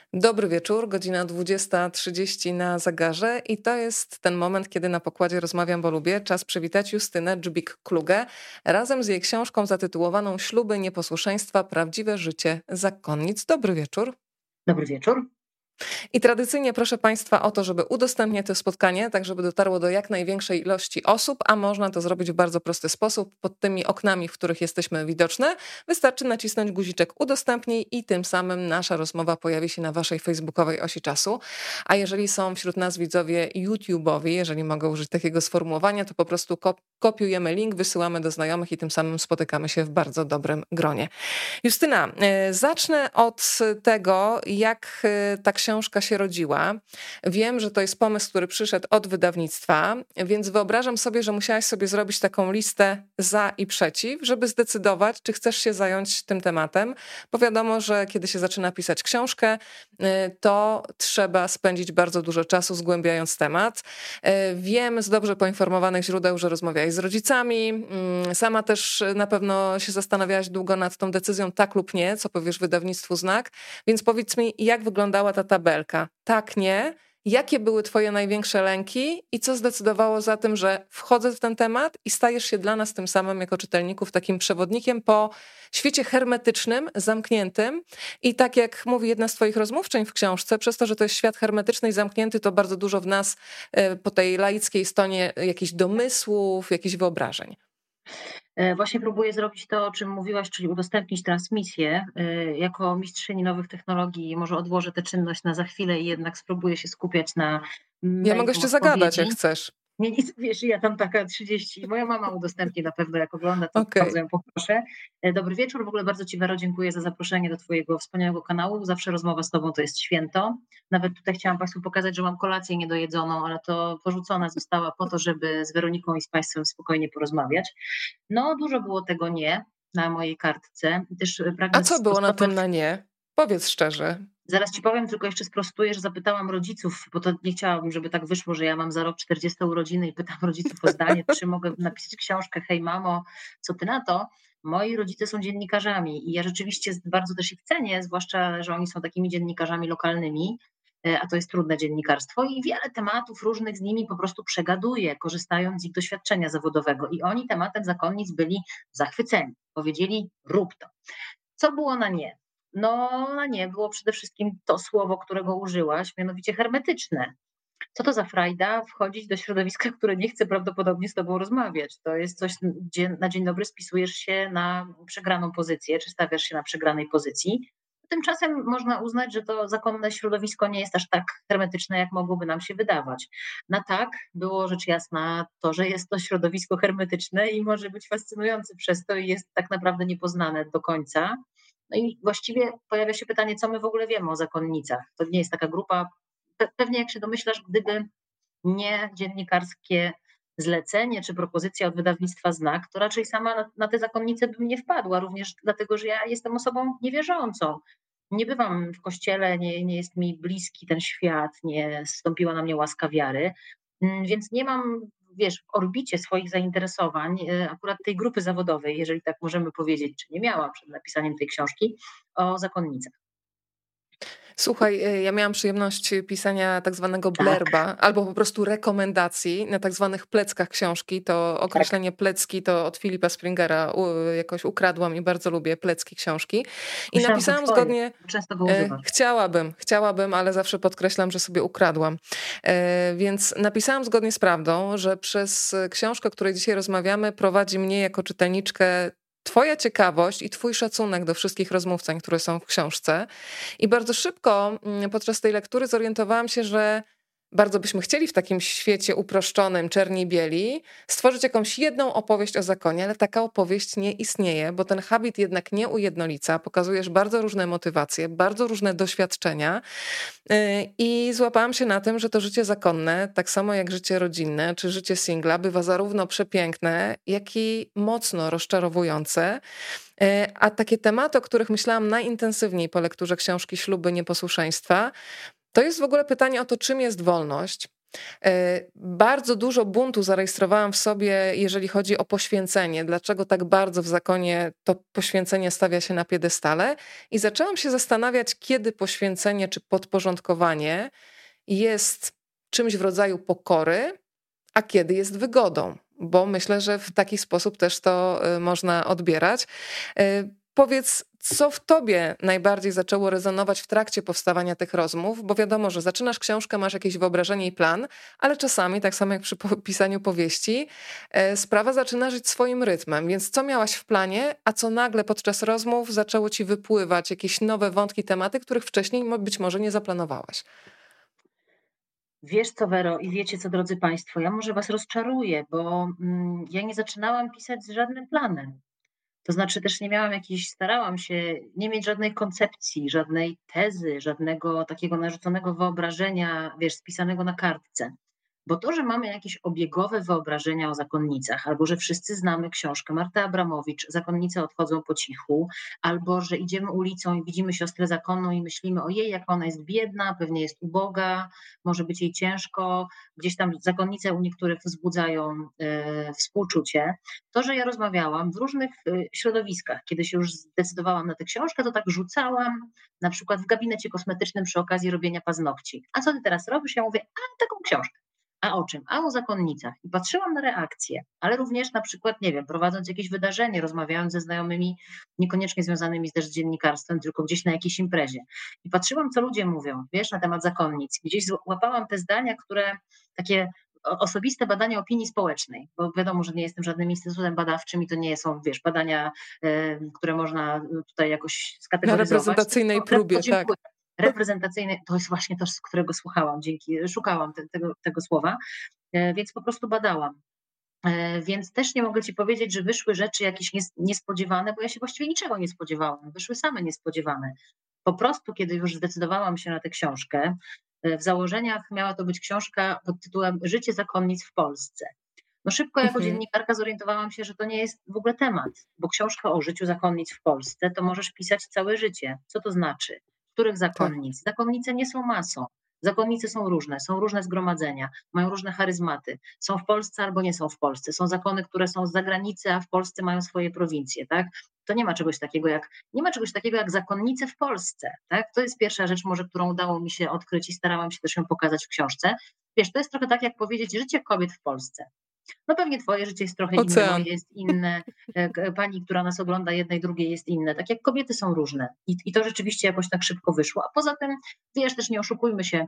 Dobry wieczór, godzina 20:30 na zegarze i to jest ten moment, kiedy na pokładzie Rozmawiam, bo lubię. Czas przywitać Justynę Dżbik-Klugę razem z jej książką zatytułowaną Śluby nieposłuszeństwa. Prawdziwe życie zakonnic. Dobry wieczór. Dobry wieczór. I tradycyjnie proszę Państwa o to, żeby udostępnić to spotkanie, tak żeby dotarło do jak największej ilości osób, a można to zrobić w bardzo prosty sposób. Pod tymi oknami, w których jesteśmy widoczne, wystarczy nacisnąć guziczek udostępnij i tym samym nasza rozmowa pojawi się na Waszej facebookowej osi czasu. A jeżeli są wśród nas widzowie YouTube'owi, jeżeli mogę użyć takiego sformułowania, to po prostu kopiujemy link, wysyłamy do znajomych i tym samym spotykamy się w bardzo dobrym gronie. Justyna, zacznę od tego, jak ta książka się rodziła. Wiem, że to jest pomysł, który przyszedł od wydawnictwa, więc wyobrażam sobie, że musiałaś sobie zrobić taką listę za i przeciw, żeby zdecydować, czy chcesz się zająć tym tematem, bo wiadomo, że kiedy się zaczyna pisać książkę, to trzeba spędzić bardzo dużo czasu zgłębiając temat. Wiem z dobrze poinformowanych źródeł, że rozmawiałaś z rodzicami, sama też na pewno się zastanawiałaś długo nad tą decyzją tak lub nie, co powiesz wydawnictwu Znak, więc powiedz mi, jak wyglądała ta tabelka? Tak, nie? Jakie były twoje największe lęki i co zdecydowało za tym, że wchodzę w ten temat i stajesz się dla nas tym samym jako czytelników takim przewodnikiem po świecie hermetycznym, zamkniętym i tak jak mówi jedna z twoich rozmówczyń w książce, przez to, że to jest świat hermetyczny i zamknięty, to bardzo dużo w nas po tej laickiej stronie jakichś domysłów, jakichś wyobrażeń. Właśnie próbuję zrobić to, o czym mówiłaś, czyli udostępnić transmisję. Jako mistrzyni nowych technologii może odłożę tę czynność na za chwilę i jednak spróbuję się skupiać na Ja mogę meritum jeszcze zagadać, jak odpowiedzi. chcesz. Nie, nic, wiesz, ja tam taka 30. Moja mama udostępni na pewno, jak ogląda, to Okej. bardzo ją poproszę. Dobry wieczór, w ogóle bardzo ci, Wero, dziękuję za zaproszenie do twojego wspaniałego kanału. Zawsze rozmowa z tobą to jest święto. Nawet tutaj chciałam państwu pokazać, że mam kolację niedojedzoną, ale to porzucona została po to, żeby z Weroniką i z państwem spokojnie porozmawiać. No, dużo było tego nie na mojej kartce. Też A pragnę co było na tym sprostować. na nie? Powiedz szczerze. Zaraz ci powiem, tylko jeszcze sprostuję, że zapytałam rodziców, bo to nie chciałabym, żeby tak wyszło, że ja mam za rok 40 urodziny i pytam rodziców o zdanie, czy mogę napisać książkę, hej mamo, co ty na to? Moi rodzice są dziennikarzami i ja rzeczywiście bardzo też ich cenię, zwłaszcza, że oni są takimi dziennikarzami lokalnymi, a to jest trudne dziennikarstwo i wiele tematów różnych z nimi po prostu przegaduję, korzystając z ich doświadczenia zawodowego i oni tematem zakonnic byli zachwyceni. Powiedzieli, rób to. Co było na nie? No, na nie było przede wszystkim to słowo, którego użyłaś, mianowicie hermetyczne. Co to za frajda wchodzić do środowiska, które nie chce prawdopodobnie z tobą rozmawiać? To jest coś, gdzie na dzień dobry spisujesz się na przegraną pozycję, czy stawiasz się na przegranej pozycji. Tymczasem można uznać, że to zakonne środowisko nie jest aż tak hermetyczne, jak mogłoby nam się wydawać. Na tak było rzecz jasna to, że jest to środowisko hermetyczne i może być fascynujące przez to i jest tak naprawdę niepoznane do końca. No i właściwie pojawia się pytanie, co my w ogóle wiemy o zakonnicach. To nie jest taka grupa, pewnie jak się domyślasz, gdyby nie dziennikarskie zlecenie czy propozycja od wydawnictwa Znak, to raczej sama na te zakonnice bym nie wpadła, również dlatego, że ja jestem osobą niewierzącą. Nie bywam w kościele, nie jest mi bliski ten świat, nie zstąpiła na mnie łaska wiary, więc nie mam, wiesz, w orbicie swoich zainteresowań, akurat tej grupy zawodowej, jeżeli tak możemy powiedzieć, czy nie miałam przed napisaniem tej książki, o zakonnicach. Słuchaj, ja miałam przyjemność pisania tak zwanego Tak, blerba albo po prostu rekomendacji na tak zwanych pleckach książki. To tak. określenie plecki to od Philipa Springera jakoś ukradłam i bardzo lubię plecki książki. I Myślałam, że napisałam twoje. zgodnie, Często go używasz. chciałabym, ale zawsze podkreślam, że sobie ukradłam. Więc napisałam zgodnie z prawdą, że przez książkę, o której dzisiaj rozmawiamy, prowadzi mnie jako czytelniczkę twoja ciekawość i twój szacunek do wszystkich rozmówceń, które są w książce. I bardzo szybko podczas tej lektury zorientowałam się, że bardzo byśmy chcieli w takim świecie uproszczonym, czerni i bieli, stworzyć jakąś jedną opowieść o zakonie, ale taka opowieść nie istnieje, bo ten habit jednak nie ujednolica. Pokazujesz bardzo różne motywacje, bardzo różne doświadczenia i złapałam się na tym, że to życie zakonne, tak samo jak życie rodzinne czy życie singla, bywa zarówno przepiękne, jak i mocno rozczarowujące. A takie tematy, o których myślałam najintensywniej po lekturze książki Śluby nieposłuszeństwa, to jest w ogóle pytanie o to, czym jest wolność. Bardzo dużo buntu zarejestrowałam w sobie, jeżeli chodzi o poświęcenie. Dlaczego tak bardzo w zakonie to poświęcenie stawia się na piedestale? I zaczęłam się zastanawiać, kiedy poświęcenie czy podporządkowanie jest czymś w rodzaju pokory, a kiedy jest wygodą, bo myślę, że w taki sposób też to można odbierać. Powiedz, co w tobie najbardziej zaczęło rezonować w trakcie powstawania tych rozmów, bo wiadomo, że zaczynasz książkę, masz jakieś wyobrażenie i plan, ale czasami, tak samo jak przy pisaniu powieści, sprawa zaczyna żyć swoim rytmem, więc co miałaś w planie, a co nagle podczas rozmów zaczęło ci wypływać, jakieś nowe wątki, tematy, których wcześniej być może nie zaplanowałaś? Wiesz co, Wero, i wiecie co, drodzy Państwo, ja może Was rozczaruję, bo ja nie zaczynałam pisać z żadnym planem. To znaczy też nie miałam jakiejś, starałam się nie mieć żadnej koncepcji, żadnej tezy, żadnego takiego narzuconego wyobrażenia, wiesz, spisanego na kartce. Bo to, że mamy jakieś obiegowe wyobrażenia o zakonnicach, albo że wszyscy znamy książkę Marty Abramowicz, Zakonnice odchodzą po cichu, albo że idziemy ulicą i widzimy siostrę zakonną i myślimy, ojej, jak ona jest biedna, pewnie jest uboga, może być jej ciężko, gdzieś tam zakonnice u niektórych wzbudzają współczucie. To, że ja rozmawiałam w różnych środowiskach, kiedy się już zdecydowałam na tę książkę, to tak rzucałam, na przykład w gabinecie kosmetycznym przy okazji robienia paznokci. A co ty teraz robisz? Ja mówię, a taką książkę. A o czym? A o zakonnicach. I patrzyłam na reakcje, ale również na przykład, nie wiem, prowadząc jakieś wydarzenie, rozmawiając ze znajomymi, niekoniecznie związanymi też z dziennikarstwem, tylko gdzieś na jakiejś imprezie. I patrzyłam, co ludzie mówią, wiesz, na temat zakonnic. Gdzieś złapałam te zdania, które takie osobiste badania opinii społecznej, bo wiadomo, że nie jestem żadnym instytutem badawczym i to nie są, wiesz, badania, które można tutaj jakoś Na skategoryzować. reprezentacyjnej próbie, tak. Dziękuję. Reprezentacyjny, to jest właśnie to, z którego słuchałam, szukałam tego słowa, więc po prostu badałam. Więc też nie mogę ci powiedzieć, że wyszły rzeczy jakieś niespodziewane, bo ja się właściwie niczego nie spodziewałam. Wyszły same niespodziewane. Po prostu, kiedy już zdecydowałam się na tę książkę, w założeniach miała to być książka pod tytułem Życie zakonnic w Polsce. No szybko jako Mhm. dziennikarka zorientowałam się, że to nie jest w ogóle temat, bo książka o życiu zakonnic w Polsce to możesz pisać całe życie. Co to znaczy? Których Tak. zakonnic? Zakonnice nie są masą. Zakonnice są różne zgromadzenia, mają różne charyzmaty. Są w Polsce albo nie są w Polsce. Są zakony, które są z zagranicy, a w Polsce mają swoje prowincje, tak? To nie ma czegoś takiego jak zakonnice w Polsce, tak? To jest pierwsza rzecz może, którą udało mi się odkryć i starałam się też ją pokazać w książce. Wiesz, to jest trochę tak, jak powiedzieć życie kobiet w Polsce. No pewnie twoje życie jest trochę inne, moje Ocean. jest inne, pani, która nas ogląda, jednej, drugiej jest inne. Tak jak kobiety są różne. I to rzeczywiście jakoś tak szybko wyszło. A poza tym, wiesz, też nie oszukujmy się,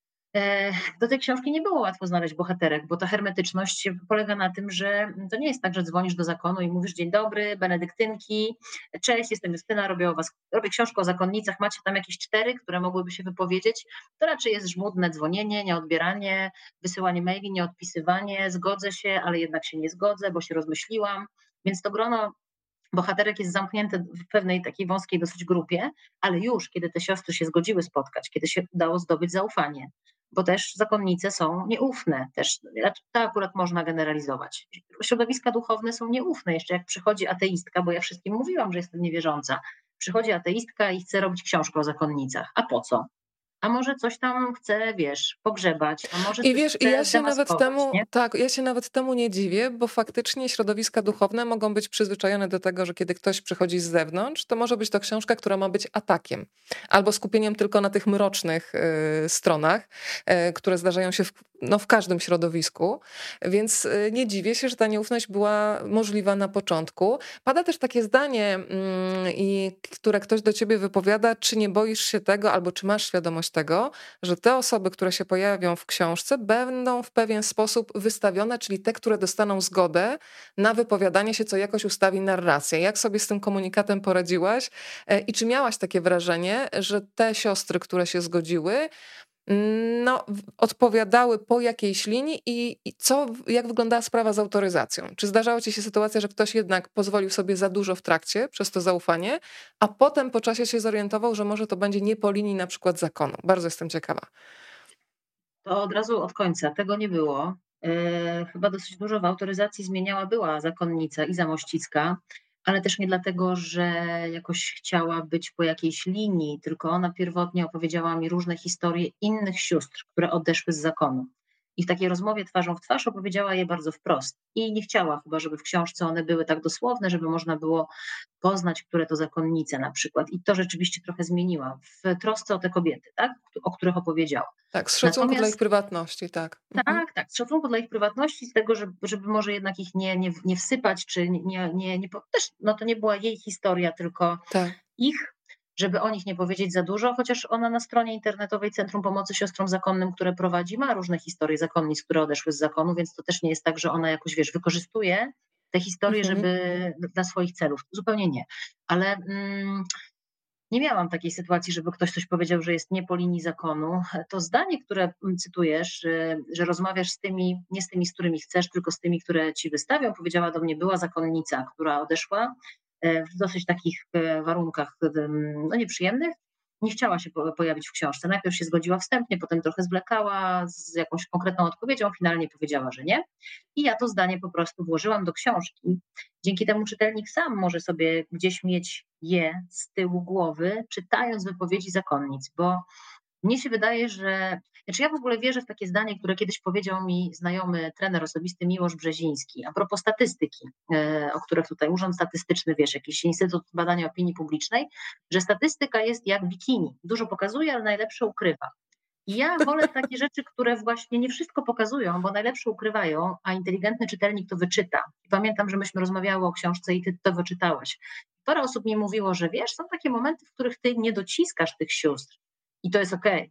do tej książki nie było łatwo znaleźć bohaterek, bo ta hermetyczność polega na tym, że to nie jest tak, że dzwonisz do zakonu i mówisz dzień dobry, benedyktynki, cześć, jestem Justyna, robię książkę o zakonnicach, macie tam jakieś 4, które mogłyby się wypowiedzieć, to raczej jest żmudne dzwonienie, nieodbieranie, wysyłanie maili, nieodpisywanie, zgodzę się, ale jednak się nie zgodzę, bo się rozmyśliłam, więc to grono bohaterek jest zamknięte w pewnej takiej wąskiej dosyć grupie, ale już kiedy te siostry się zgodziły spotkać, kiedy się udało zdobyć zaufanie, bo też zakonnice są nieufne, też to akurat można generalizować. Środowiska duchowne są nieufne, jeszcze jak przychodzi ateistka, bo ja wszystkim mówiłam, że jestem niewierząca. Przychodzi ateistka i chce robić książkę o zakonnicach. A po co? A może coś tam chce, wiesz, pogrzebać, a może I coś wiesz, i chce zdemaskować, nie? ja się nawet temu nie dziwię, bo faktycznie środowiska duchowne mogą być przyzwyczajone do tego, że kiedy ktoś przychodzi z zewnątrz, to może być to książka, która ma być atakiem albo skupieniem tylko na tych mrocznych stronach, które zdarzają się w każdym środowisku, więc nie dziwię się, że ta nieufność była możliwa na początku. Pada też takie zdanie, które ktoś do ciebie wypowiada, czy nie boisz się tego, albo czy masz świadomość tego, że te osoby, które się pojawią w książce, będą w pewien sposób wystawione, czyli te, które dostaną zgodę na wypowiadanie się, co jakoś ustawi narrację. Jak sobie z tym komunikatem poradziłaś i czy miałaś takie wrażenie, że te siostry, które się zgodziły, odpowiadały po jakiejś linii jak wyglądała sprawa z autoryzacją? Czy zdarzała ci się sytuacja, że ktoś jednak pozwolił sobie za dużo w trakcie przez to zaufanie, a potem po czasie się zorientował, że może to będzie nie po linii na przykład zakonu? Bardzo jestem ciekawa. To od razu od końca. Tego nie było. Chyba dosyć dużo w autoryzacji zmieniała była zakonnica i Zamościcka, ale też nie dlatego, że jakoś chciała być po jakiejś linii, tylko ona pierwotnie opowiedziała mi różne historie innych sióstr, które odeszły z zakonu. I w takiej rozmowie twarzą w twarz opowiedziała je bardzo wprost. I nie chciała chyba, żeby w książce one były tak dosłowne, żeby można było poznać, które to zakonnice na przykład. I to rzeczywiście trochę zmieniła w trosce o te kobiety, tak? O których opowiedziała. Tak, z szacunku dla ich Natomiast prywatności, tak. tak, tak, z szacunku dla ich prywatności, z tego, żeby może jednak ich nie wsypać, czy też no to nie była jej historia, tylko Tak. ich, żeby o nich nie powiedzieć za dużo, chociaż ona na stronie internetowej Centrum Pomocy Siostrom Zakonnym, które prowadzi, ma różne historie zakonnic, które odeszły z zakonu, więc to też nie jest tak, że ona jakoś, wiesz, wykorzystuje te historie, Mhm. żeby dla swoich celów. Zupełnie nie. Ale nie miałam takiej sytuacji, żeby ktoś coś powiedział, że jest nie po linii zakonu. To zdanie, które cytujesz, że rozmawiasz z tymi, nie z tymi, z którymi chcesz, tylko z tymi, które ci wystawią, powiedziała do mnie była zakonnica, która odeszła w dosyć takich warunkach no, nieprzyjemnych. Nie chciała się pojawić w książce. Najpierw się zgodziła wstępnie, potem trochę zwlekała z jakąś konkretną odpowiedzią, finalnie powiedziała, że nie. I ja to zdanie po prostu włożyłam do książki. Dzięki temu czytelnik sam może sobie gdzieś mieć je z tyłu głowy, czytając wypowiedzi zakonnic, bo mnie się wydaje, że. Znaczy ja w ogóle wierzę w takie zdanie, które kiedyś powiedział mi znajomy trener osobisty Miłosz Brzeziński, a propos statystyki, o których tutaj Urząd Statystyczny, wiesz, jakiś Instytut Badania Opinii Publicznej, że statystyka jest jak bikini. Dużo pokazuje, ale najlepsze ukrywa. I ja wolę takie rzeczy, które właśnie nie wszystko pokazują, bo najlepsze ukrywają, a inteligentny czytelnik to wyczyta. I pamiętam, że myśmy rozmawiały o książce i ty to wyczytałaś. Parę osób mi mówiło, że wiesz, są takie momenty, w których ty nie dociskasz tych sióstr. I to jest okej,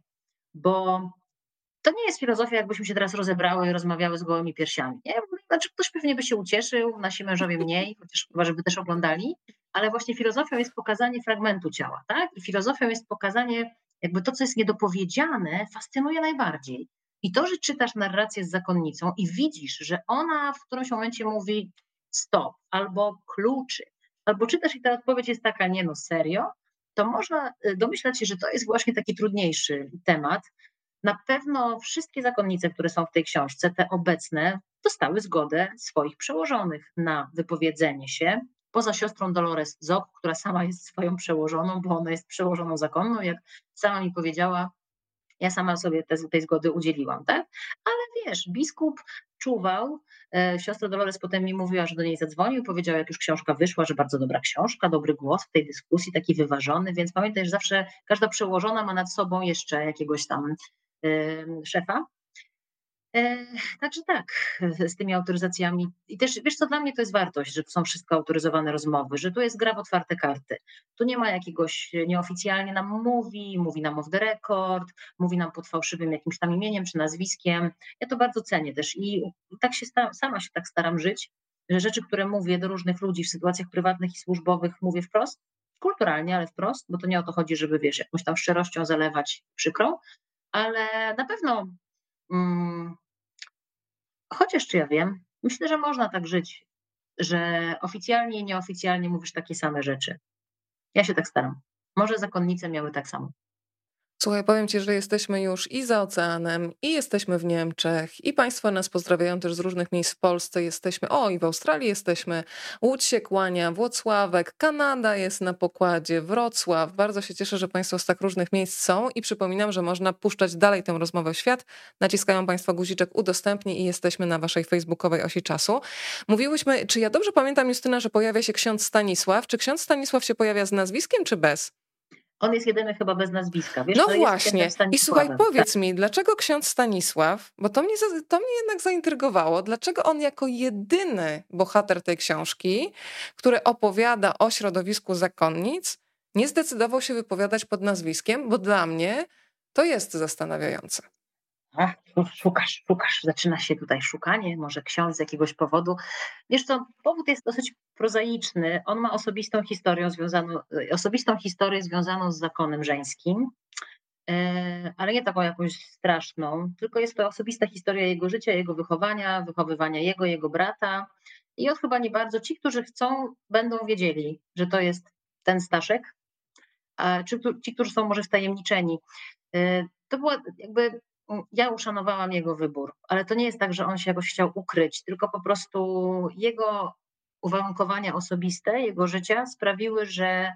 bo to nie jest filozofia, jakbyśmy się teraz rozebrały i rozmawiały z gołymi piersiami. Nie? Znaczy, ktoś pewnie by się ucieszył, nasi mężowie mniej, chociaż chyba, żeby też oglądali, ale właśnie filozofią jest pokazanie fragmentu ciała, tak? I filozofią jest pokazanie, jakby to, co jest niedopowiedziane, fascynuje najbardziej. I to, że czytasz narrację z zakonnicą i widzisz, że ona w którymś momencie mówi stop, albo kluczy, albo czytasz i ta odpowiedź jest taka, nie no serio, to można domyślać się, że to jest właśnie taki trudniejszy temat. Na pewno wszystkie zakonnice, które są w tej książce, te obecne, dostały zgodę swoich przełożonych na wypowiedzenie się. Poza siostrą Dolores Zok, która sama jest swoją przełożoną, bo ona jest przełożoną zakonną, jak sama mi powiedziała, ja sama sobie tej zgody udzieliłam, tak? Ale wiesz, biskup czuwał, siostra Dolores potem mi mówiła, że do niej zadzwonił, powiedział, jak już książka wyszła, że bardzo dobra książka, dobry głos w tej dyskusji, taki wyważony, więc pamiętaj, że zawsze każda przełożona ma nad sobą jeszcze jakiegoś tam szefa. Także tak, z tymi autoryzacjami. I też wiesz co, dla mnie to jest wartość, że to są wszystko autoryzowane rozmowy, że tu jest gra w otwarte karty. Tu nie ma jakiegoś nieoficjalnie nam mówi nam off the record, mówi nam pod fałszywym jakimś tam imieniem czy nazwiskiem. Ja to bardzo cenię też i tak się sama się tak staram żyć, że rzeczy, które mówię do różnych ludzi w sytuacjach prywatnych i służbowych, mówię wprost, kulturalnie, ale wprost, bo to nie o to chodzi, żeby wiesz, jakąś tam szczerością zalewać przykrą, ale na pewno chociaż czy ja wiem, myślę, że można tak żyć, że oficjalnie i nieoficjalnie mówisz takie same rzeczy. Ja się tak staram. Może zakonnice miały tak samo. Słuchaj, powiem ci, że jesteśmy już i za oceanem, i jesteśmy w Niemczech, i państwo nas pozdrawiają też z różnych miejsc w Polsce. Jesteśmy, i w Australii jesteśmy, Łódź się kłania, Włocławek, Kanada jest na pokładzie, Wrocław. Bardzo się cieszę, że państwo z tak różnych miejsc są i przypominam, że można puszczać dalej tę rozmowę w świat. Naciskają państwo guziczek udostępnij i jesteśmy na waszej facebookowej osi czasu. Mówiłyśmy, czy ja dobrze pamiętam, Justyna, że pojawia się ksiądz Stanisław? Czy ksiądz Stanisław się pojawia z nazwiskiem, czy bez? On jest jedyny chyba bez nazwiska, wiesz, No ale jest księdzem właśnie. I słuchaj, Stanisławem. powiedz mi, dlaczego ksiądz Stanisław, bo to mnie jednak zaintrygowało, dlaczego on jako jedyny bohater tej książki, który opowiada o środowisku zakonnic, nie zdecydował się wypowiadać pod nazwiskiem, bo dla mnie to jest zastanawiające. Ach, szukasz. Zaczyna się tutaj szukanie, może ksiądz z jakiegoś powodu. Wiesz co, powód jest dosyć prozaiczny. On ma osobistą historię związaną z zakonem żeńskim, ale nie taką jakąś straszną, tylko jest to osobista historia jego życia, jego wychowywania jego brata. I on chyba nie bardzo. Ci, którzy chcą, będą wiedzieli, że to jest ten Staszek, a ci, którzy są może wtajemniczeni. To była jakby. Ja uszanowałam jego wybór, ale to nie jest tak, że on się jakoś chciał ukryć, tylko po prostu jego uwarunkowania osobiste, jego życia sprawiły, że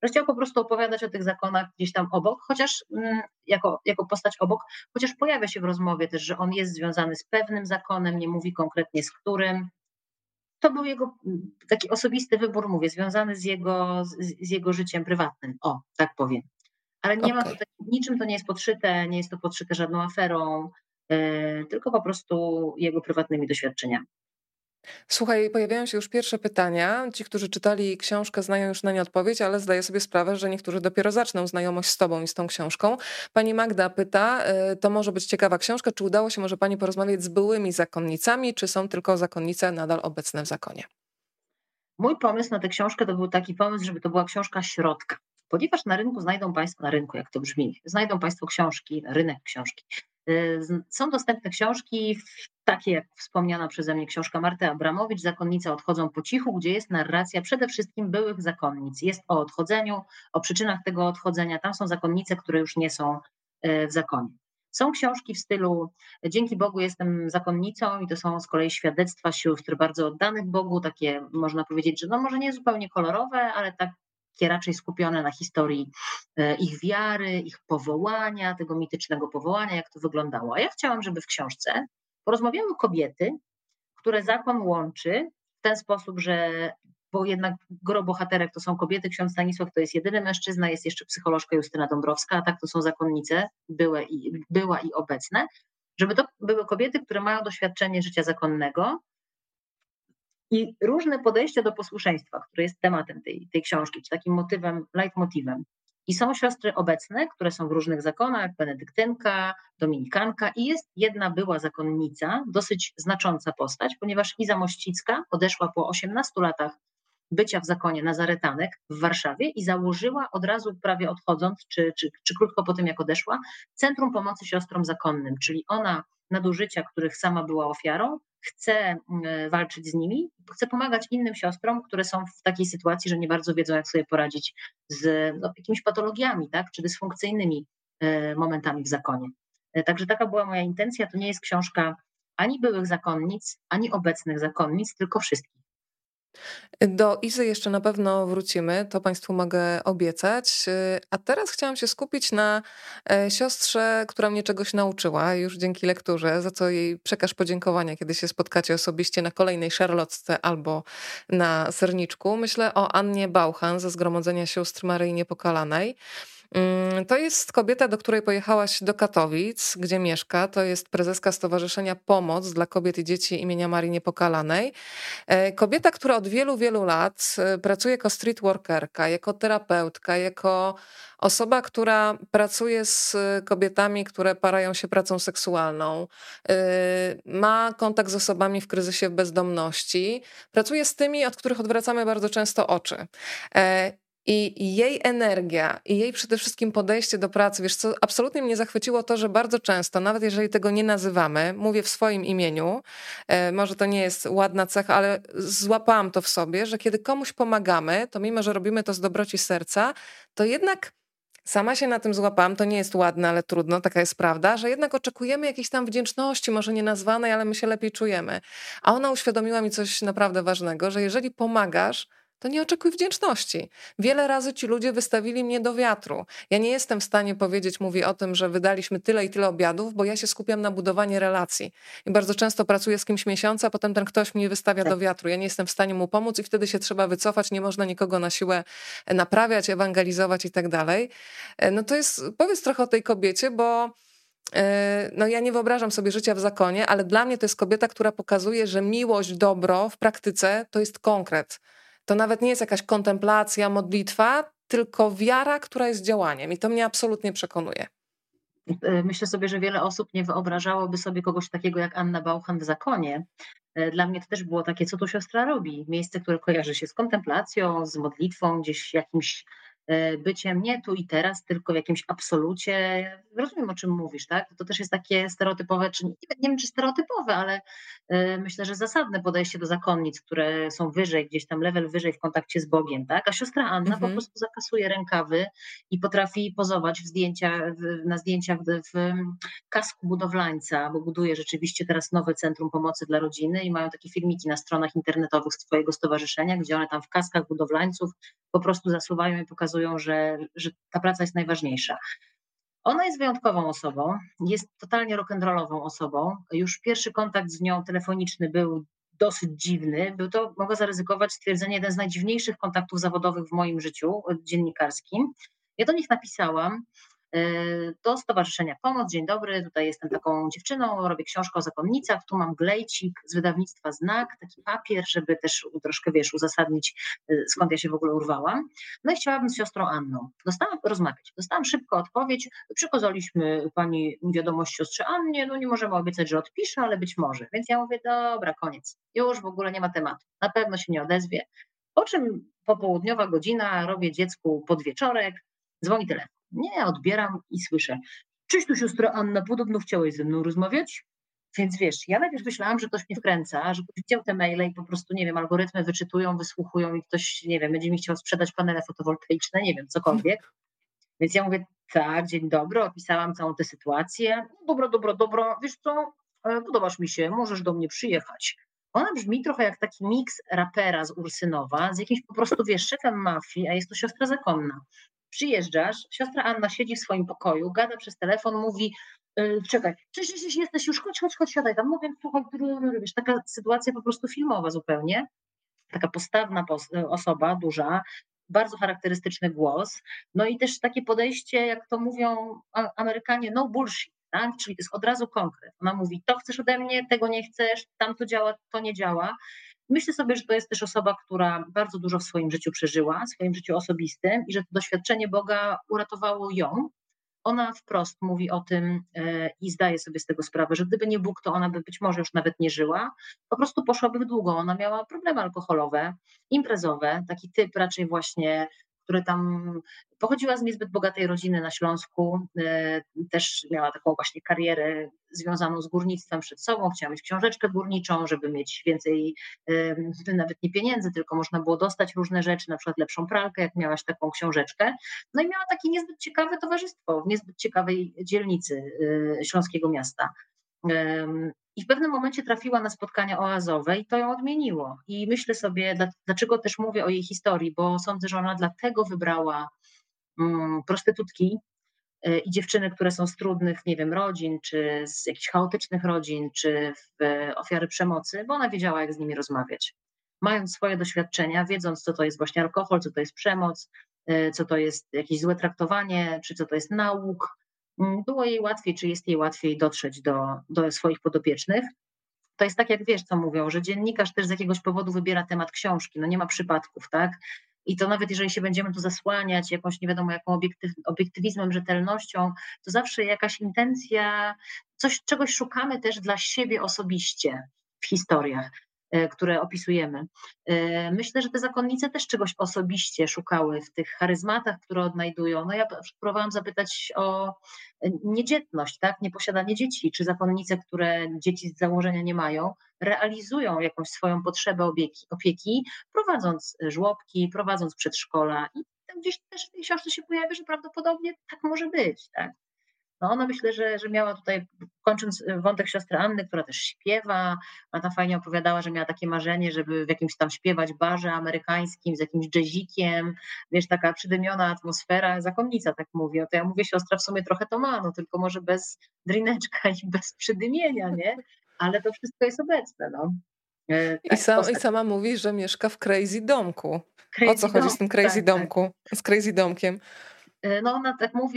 że chciał po prostu opowiadać o tych zakonach gdzieś tam obok, chociaż jako postać obok, chociaż pojawia się w rozmowie też, że on jest związany z pewnym zakonem, nie mówi konkretnie z którym. To był jego taki osobisty wybór, mówię, związany z jego życiem prywatnym. O, tak powiem. Ale nie ma Okej. tutaj, niczym to nie jest podszyte, nie jest to podszyte żadną aferą, tylko po prostu jego prywatnymi doświadczeniami. Słuchaj, pojawiają się już pierwsze pytania. Ci, którzy czytali książkę, znają już na nie odpowiedź, ale zdaję sobie sprawę, że niektórzy dopiero zaczną znajomość z tobą i z tą książką. Pani Magda pyta, to może być ciekawa książka, czy udało się może pani porozmawiać z byłymi zakonnicami, czy są tylko zakonnice nadal obecne w zakonie? Mój pomysł na tę książkę to był taki pomysł, żeby to była książka środka. Ponieważ na rynku znajdą Państwo, na rynku, jak to brzmi, znajdą Państwo książki, rynek książki. Są dostępne książki, takie jak wspomniana przeze mnie książka Marty Abramowicz, Zakonnice odchodzą po cichu, gdzie jest narracja przede wszystkim byłych zakonnic. Jest o odchodzeniu, o przyczynach tego odchodzenia. Tam są zakonnice, które już nie są w zakonie. Są książki w stylu Dzięki Bogu jestem zakonnicą i to są z kolei świadectwa sióstr bardzo oddanych Bogu, takie można powiedzieć, że no może nie zupełnie kolorowe, ale takie raczej skupione na historii ich wiary, ich powołania, tego mitycznego powołania, jak to wyglądało. A ja chciałam, żeby w książce porozmawiały kobiety, które zakon łączy w ten sposób, że bo jednak gro bohaterek to są kobiety, ksiądz Stanisław to jest jedyny mężczyzna, jest jeszcze psycholożka Justyna Dąbrowska, a tak to są zakonnice, była i obecne, żeby to były kobiety, które mają doświadczenie życia zakonnego i różne podejścia do posłuszeństwa, które jest tematem tej książki, czy takim motywem, leitmotivem. I są siostry obecne, które są w różnych zakonach, benedyktynka, dominikanka i jest jedna była zakonnica, dosyć znacząca postać, ponieważ Iza Mościcka odeszła po 18 latach bycia w zakonie Nazaretanek w Warszawie i założyła od razu prawie odchodząc, czy krótko po tym jak odeszła, Centrum Pomocy Siostrom Zakonnym, czyli ona nadużycia, których sama była ofiarą, chce walczyć z nimi, chce pomagać innym siostrom, które są w takiej sytuacji, że nie bardzo wiedzą, jak sobie poradzić z jakimiś patologiami, tak, czy dysfunkcyjnymi momentami w zakonie. Także taka była moja intencja. To nie jest książka ani byłych zakonnic, ani obecnych zakonnic, tylko wszystkich. Do Izy jeszcze na pewno wrócimy, to Państwu mogę obiecać. A teraz chciałam się skupić na siostrze, która mnie czegoś nauczyła już dzięki lekturze, za co jej przekaż podziękowania, kiedy się spotkacie osobiście na kolejnej szarlotce albo na serniczku. Myślę o Annie Bauchan ze Zgromadzenia Sióstr Maryi Niepokalanej. To jest kobieta, do której pojechałaś do Katowic, gdzie mieszka. To jest prezeska Stowarzyszenia Pomoc dla Kobiet i Dzieci imienia Marii Niepokalanej. Kobieta, która od wielu, wielu lat pracuje jako street workerka, jako terapeutka, jako osoba, która pracuje z kobietami, które parają się pracą seksualną, ma kontakt z osobami w kryzysie bezdomności, pracuje z tymi, od których odwracamy bardzo często oczy. I jej energia, i jej przede wszystkim podejście do pracy, wiesz co, absolutnie mnie zachwyciło to, że bardzo często, nawet jeżeli tego nie nazywamy, mówię w swoim imieniu, może to nie jest ładna cecha, ale złapałam to w sobie, że kiedy komuś pomagamy, to mimo, że robimy to z dobroci serca, to jednak sama się na tym złapałam, to nie jest ładne, ale trudno, taka jest prawda, że jednak oczekujemy jakiejś tam wdzięczności, może nie nazwanej, ale my się lepiej czujemy. A ona uświadomiła mi coś naprawdę ważnego, że jeżeli pomagasz, to nie oczekuj wdzięczności. Wiele razy ci ludzie wystawili mnie do wiatru. Ja nie jestem w stanie powiedzieć, mówię o tym, że wydaliśmy tyle i tyle obiadów, bo ja się skupiam na budowaniu relacji. I bardzo często pracuję z kimś miesiąca, a potem ten ktoś mnie wystawia do wiatru. Ja nie jestem w stanie mu pomóc i wtedy się trzeba wycofać. Nie można nikogo na siłę naprawiać, ewangelizować i tak dalej. No to jest, powiedz trochę o tej kobiecie, bo no ja nie wyobrażam sobie życia w zakonie, ale dla mnie to jest kobieta, która pokazuje, że miłość, dobro w praktyce to jest konkret. To nawet nie jest jakaś kontemplacja, modlitwa, tylko wiara, która jest działaniem. I to mnie absolutnie przekonuje. Myślę sobie, że wiele osób nie wyobrażałoby sobie kogoś takiego jak Anna Bauchan w zakonie. Dla mnie to też było takie, co tu siostra robi? Miejsce, które kojarzy się z kontemplacją, z modlitwą, gdzieś jakimś byciem nie tu i teraz, tylko w jakimś absolucie. Rozumiem, o czym mówisz, tak? To też jest takie stereotypowe, czy nie wiem, czy stereotypowe, ale myślę, że zasadne podejście do zakonnic, które są wyżej, gdzieś tam level wyżej w kontakcie z Bogiem, tak? A siostra Anna po Mhm. prostu zakasuje rękawy i potrafi pozować na zdjęciach w kasku budowlańca, bo buduje rzeczywiście teraz nowe Centrum Pomocy dla Rodziny i mają takie filmiki na stronach internetowych swojego stowarzyszenia, gdzie one tam w kaskach budowlańców po prostu zasuwają i pokazują pokazują, że ta praca jest najważniejsza. Ona jest wyjątkową osobą, jest totalnie rock'n'rollową osobą. Już pierwszy kontakt z nią telefoniczny był dosyć dziwny. Był to, mogę zaryzykować stwierdzenie, jeden z najdziwniejszych kontaktów zawodowych w moim życiu dziennikarskim. Ja do nich napisałam do Stowarzyszenia Pomoc. Dzień dobry, tutaj jestem taką dziewczyną, robię książkę o zakonnicach, tu mam glejcik z wydawnictwa Znak, taki papier, żeby też troszkę, uzasadnić, skąd ja się w ogóle urwałam. No i chciałabym z siostrą Anną Dostałam szybko odpowiedź, przekazaliśmy pani wiadomość siostrze Annie, no nie możemy obiecać, że odpisze, ale być może. Więc ja mówię, dobra, koniec, już w ogóle nie ma tematu, na pewno się nie odezwie. Po czym popołudniowa godzina, robię dziecku podwieczorek, dzwoni telefon. Nie, odbieram i słyszę: cześć, tu siostra Anna, podobno chciałeś ze mną rozmawiać? Więc ja najpierw myślałam, że ktoś mnie wkręca, że ktoś widział te maile i po prostu, nie wiem, algorytmy wyczytują, wysłuchują i ktoś, nie wiem, będzie mi chciał sprzedać panele fotowoltaiczne, nie wiem, cokolwiek. Więc ja mówię, tak, dzień dobry, opisałam całą tę sytuację. Dobra, wiesz co, podobasz mi się, możesz do mnie przyjechać. Ona brzmi trochę jak taki miks rapera z Ursynowa, z jakimś po prostu, szefem mafii, a jest to siostra zakonna. Przyjeżdżasz, siostra Anna siedzi w swoim pokoju, gada przez telefon, mówi, czekaj, cześć, jesteś już, chodź, siadaj tam. Mówię, słuchaj, taka sytuacja po prostu filmowa zupełnie. Taka postawna osoba, duża, bardzo charakterystyczny głos. No i też takie podejście, jak to mówią Amerykanie, no bullshit, tak? Czyli to jest od razu konkret. Ona mówi, to chcesz ode mnie, tego nie chcesz, tam to działa, to nie działa. Myślę sobie, że to jest też osoba, która bardzo dużo w swoim życiu przeżyła, w swoim życiu osobistym i że to doświadczenie Boga uratowało ją. Ona wprost mówi o tym i zdaje sobie z tego sprawę, że gdyby nie Bóg, to ona by być może już nawet nie żyła. Po prostu poszłaby w długo. Ona miała problemy alkoholowe, imprezowe, taki typ raczej właśnie, który tam pochodziła z niezbyt bogatej rodziny na Śląsku, też miała taką właśnie karierę związaną z górnictwem przed sobą, chciała mieć książeczkę górniczą, żeby mieć więcej, nawet nie pieniędzy, tylko można było dostać różne rzeczy, na przykład lepszą pralkę, jak miałaś taką książeczkę. No i miała takie niezbyt ciekawe towarzystwo w niezbyt ciekawej dzielnicy śląskiego miasta. I w pewnym momencie trafiła na spotkania oazowe i to ją odmieniło. I myślę sobie, dlaczego też mówię o jej historii, bo sądzę, że ona dlatego wybrała prostytutki i dziewczyny, które są z trudnych, nie wiem, rodzin, czy z jakichś chaotycznych rodzin, czy ofiary przemocy, bo ona wiedziała, jak z nimi rozmawiać. Mając swoje doświadczenia, wiedząc, co to jest właśnie alkohol, co to jest przemoc, co to jest jakieś złe traktowanie, czy co to jest nauk, było jej łatwiej, czy jest jej łatwiej dotrzeć do swoich podopiecznych. To jest tak, jak co mówią, że dziennikarz też z jakiegoś powodu wybiera temat książki, no nie ma przypadków, tak? I to nawet jeżeli się będziemy tu zasłaniać jakąś nie wiadomo jaką obiektywizmem, rzetelnością, to zawsze jakaś intencja, czegoś szukamy też dla siebie osobiście w historiach, które opisujemy. Myślę, że te zakonnice też czegoś osobiście szukały w tych charyzmatach, które odnajdują. No ja próbowałam zapytać o niedzietność, tak? Nieposiadanie dzieci, czy zakonnice, które dzieci z założenia nie mają, realizują jakąś swoją potrzebę opieki, prowadząc żłobki, prowadząc przedszkola. I tam gdzieś też w tej książce się pojawia, że prawdopodobnie tak może być. Tak? No ona myślę, że miała tutaj, kończąc wątek siostry Anny, która też śpiewa, ona tam fajnie opowiadała, że miała takie marzenie, żeby w jakimś tam śpiewać barze amerykańskim z jakimś jazzikiem, taka przydymiona atmosfera, zakonnica tak mówi. To ja mówię, siostra w sumie trochę to ma, no tylko może bez drineczka i bez przydymienia, nie? Ale to wszystko jest obecne, no. I sama mówi, że mieszka w crazy domku. O co Crazy chodzi dom, z tym crazy tak. domku, z crazy domkiem? No ona tak mówi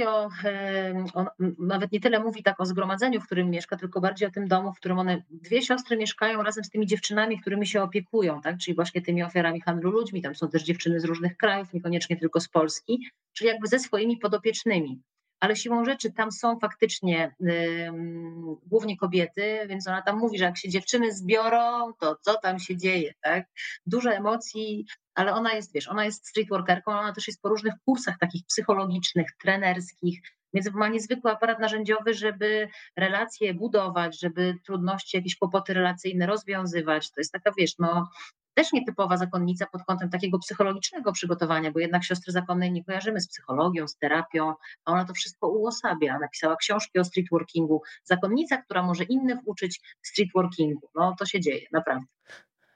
nawet nie tyle mówi tak o zgromadzeniu, w którym mieszka, tylko bardziej o tym domu, w którym one, dwie siostry mieszkają razem z tymi dziewczynami, którymi się opiekują, tak? Czyli właśnie tymi ofiarami handlu ludźmi. Tam są też dziewczyny z różnych krajów, niekoniecznie tylko z Polski, czyli jakby ze swoimi podopiecznymi. Ale siłą rzeczy tam są faktycznie głównie kobiety, więc ona tam mówi, że jak się dziewczyny zbiorą, to co tam się dzieje, tak? Dużo emocji, ale ona jest, ona jest streetworkerką, ona też jest po różnych kursach takich psychologicznych, trenerskich, więc ma niezwykły aparat narzędziowy, żeby relacje budować, żeby trudności, jakieś kłopoty relacyjne rozwiązywać. To jest taka, też nietypowa zakonnica pod kątem takiego psychologicznego przygotowania, bo jednak siostry zakonnej nie kojarzymy z psychologią, z terapią, a ona to wszystko uosabia. Napisała książki o streetworkingu. Zakonnica, która może innych uczyć streetworkingu. No to się dzieje, naprawdę.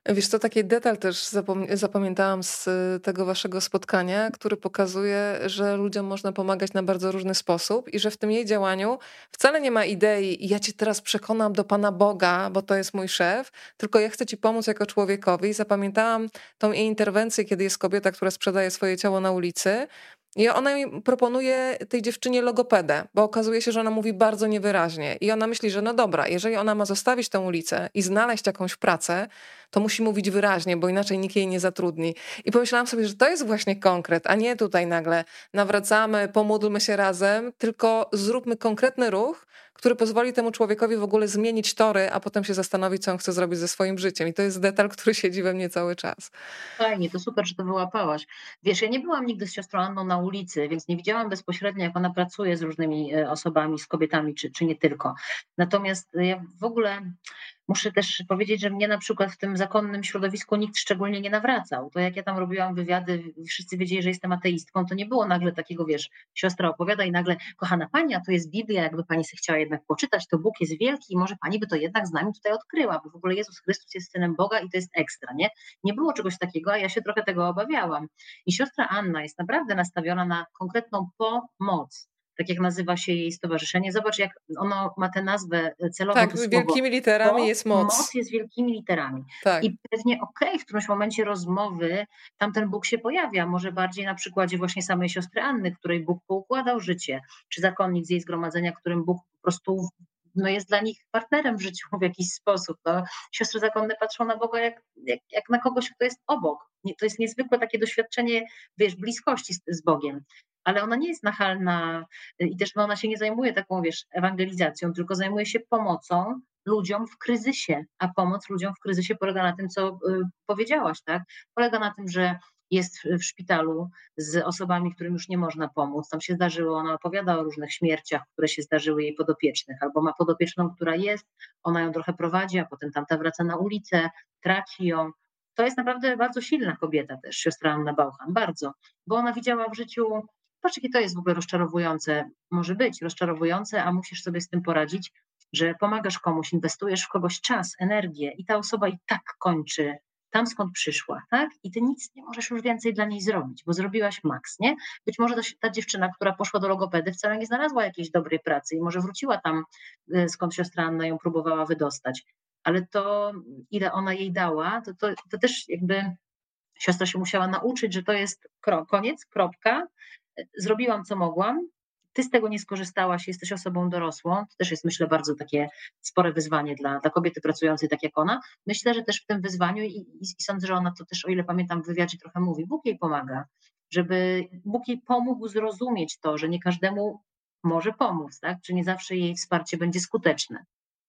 Wiesz co, taki detal też zapamiętałam z tego waszego spotkania, który pokazuje, że ludziom można pomagać na bardzo różny sposób i że w tym jej działaniu wcale nie ma idei ja cię teraz przekonam do Pana Boga, bo to jest mój szef, tylko ja chcę ci pomóc jako człowiekowi. I zapamiętałam tą jej interwencję, kiedy jest kobieta, która sprzedaje swoje ciało na ulicy i ona jej proponuje tej dziewczynie logopedę, bo okazuje się, że ona mówi bardzo niewyraźnie i ona myśli, że no dobra, jeżeli ona ma zostawić tę ulicę i znaleźć jakąś pracę, to musi mówić wyraźnie, bo inaczej nikt jej nie zatrudni. I pomyślałam sobie, że to jest właśnie konkret, a nie tutaj nagle nawracamy, pomódlmy się razem, tylko zróbmy konkretny ruch, który pozwoli temu człowiekowi w ogóle zmienić tory, a potem się zastanowić, co on chce zrobić ze swoim życiem. I to jest detal, który siedzi we mnie cały czas. Fajnie, to super, że to wyłapałaś. Wiesz, ja nie byłam nigdy z siostrą Anną na ulicy, więc nie widziałam bezpośrednio, jak ona pracuje z różnymi osobami, z kobietami, czy nie tylko. Natomiast ja w ogóle muszę też powiedzieć, że mnie na przykład w tym zakonnym środowisku nikt szczególnie nie nawracał. To jak ja tam robiłam wywiady, wszyscy wiedzieli, że jestem ateistką, to nie było nagle takiego, wiesz, siostra opowiada i nagle, kochana pani, a to jest Biblia, jakby pani się chciała jednak poczytać, to Bóg jest wielki i może pani by to jednak z nami tutaj odkryła, bo w ogóle Jezus Chrystus jest Synem Boga i to jest ekstra, nie? Nie było czegoś takiego, a ja się trochę tego obawiałam. I siostra Anna jest naprawdę nastawiona na konkretną pomoc. Tak jak nazywa się jej stowarzyszenie. Zobacz, jak ono ma tę nazwę celową, Tak, to słowo wielkimi literami jest moc moc. jest wielkimi literami. Tak. I pewnie w którymś momencie rozmowy tamten Bóg się pojawia, może bardziej na przykładzie właśnie samej siostry Anny, której Bóg poukładał życie, czy zakonnik z jej zgromadzenia, którym Bóg po prostu no jest dla nich partnerem w życiu w jakiś sposób. No, siostry zakonne patrzą na Boga jak na kogoś, kto jest obok. To jest niezwykłe takie doświadczenie, wiesz, bliskości z Bogiem. Ale ona nie jest nachalna i też no, ona się nie zajmuje taką, wiesz, ewangelizacją, tylko zajmuje się pomocą ludziom w kryzysie, a pomoc ludziom w kryzysie polega na tym, co powiedziałaś, tak? Polega na tym, że jest w szpitalu z osobami, którym już nie można pomóc. Tam się zdarzyło, ona opowiada o różnych śmierciach, które się zdarzyły jej podopiecznych, albo ma podopieczną, która jest, ona ją trochę prowadzi, a potem tamta wraca na ulicę, traci ją. To jest naprawdę bardzo silna kobieta też, siostra Anna Bauchan, bardzo, bo ona widziała w życiu, patrz jakie to jest w ogóle rozczarowujące, może być rozczarowujące, a musisz sobie z tym poradzić, że pomagasz komuś, inwestujesz w kogoś czas, energię i ta osoba i tak kończy tam, skąd przyszła, tak? I ty nic nie możesz już więcej dla niej zrobić, bo zrobiłaś maks, nie? Być może ta dziewczyna, która poszła do logopedy, wcale nie znalazła jakiejś dobrej pracy i może wróciła tam, skąd siostra Anna ją próbowała wydostać. Ale to, ile ona jej dała, to też jakby siostra się musiała nauczyć, że to jest koniec, kropka. Zrobiłam, co mogłam. Ty z tego nie skorzystałaś, jesteś osobą dorosłą. To też jest, myślę, bardzo takie spore wyzwanie dla kobiety pracującej tak jak ona. Myślę, że też w tym wyzwaniu i sądzę, że ona to też, o ile pamiętam w wywiadzie trochę mówi, Bóg jej pomaga, żeby Bóg jej pomógł zrozumieć to, że nie każdemu może pomóc, tak? Czy nie zawsze jej wsparcie będzie skuteczne.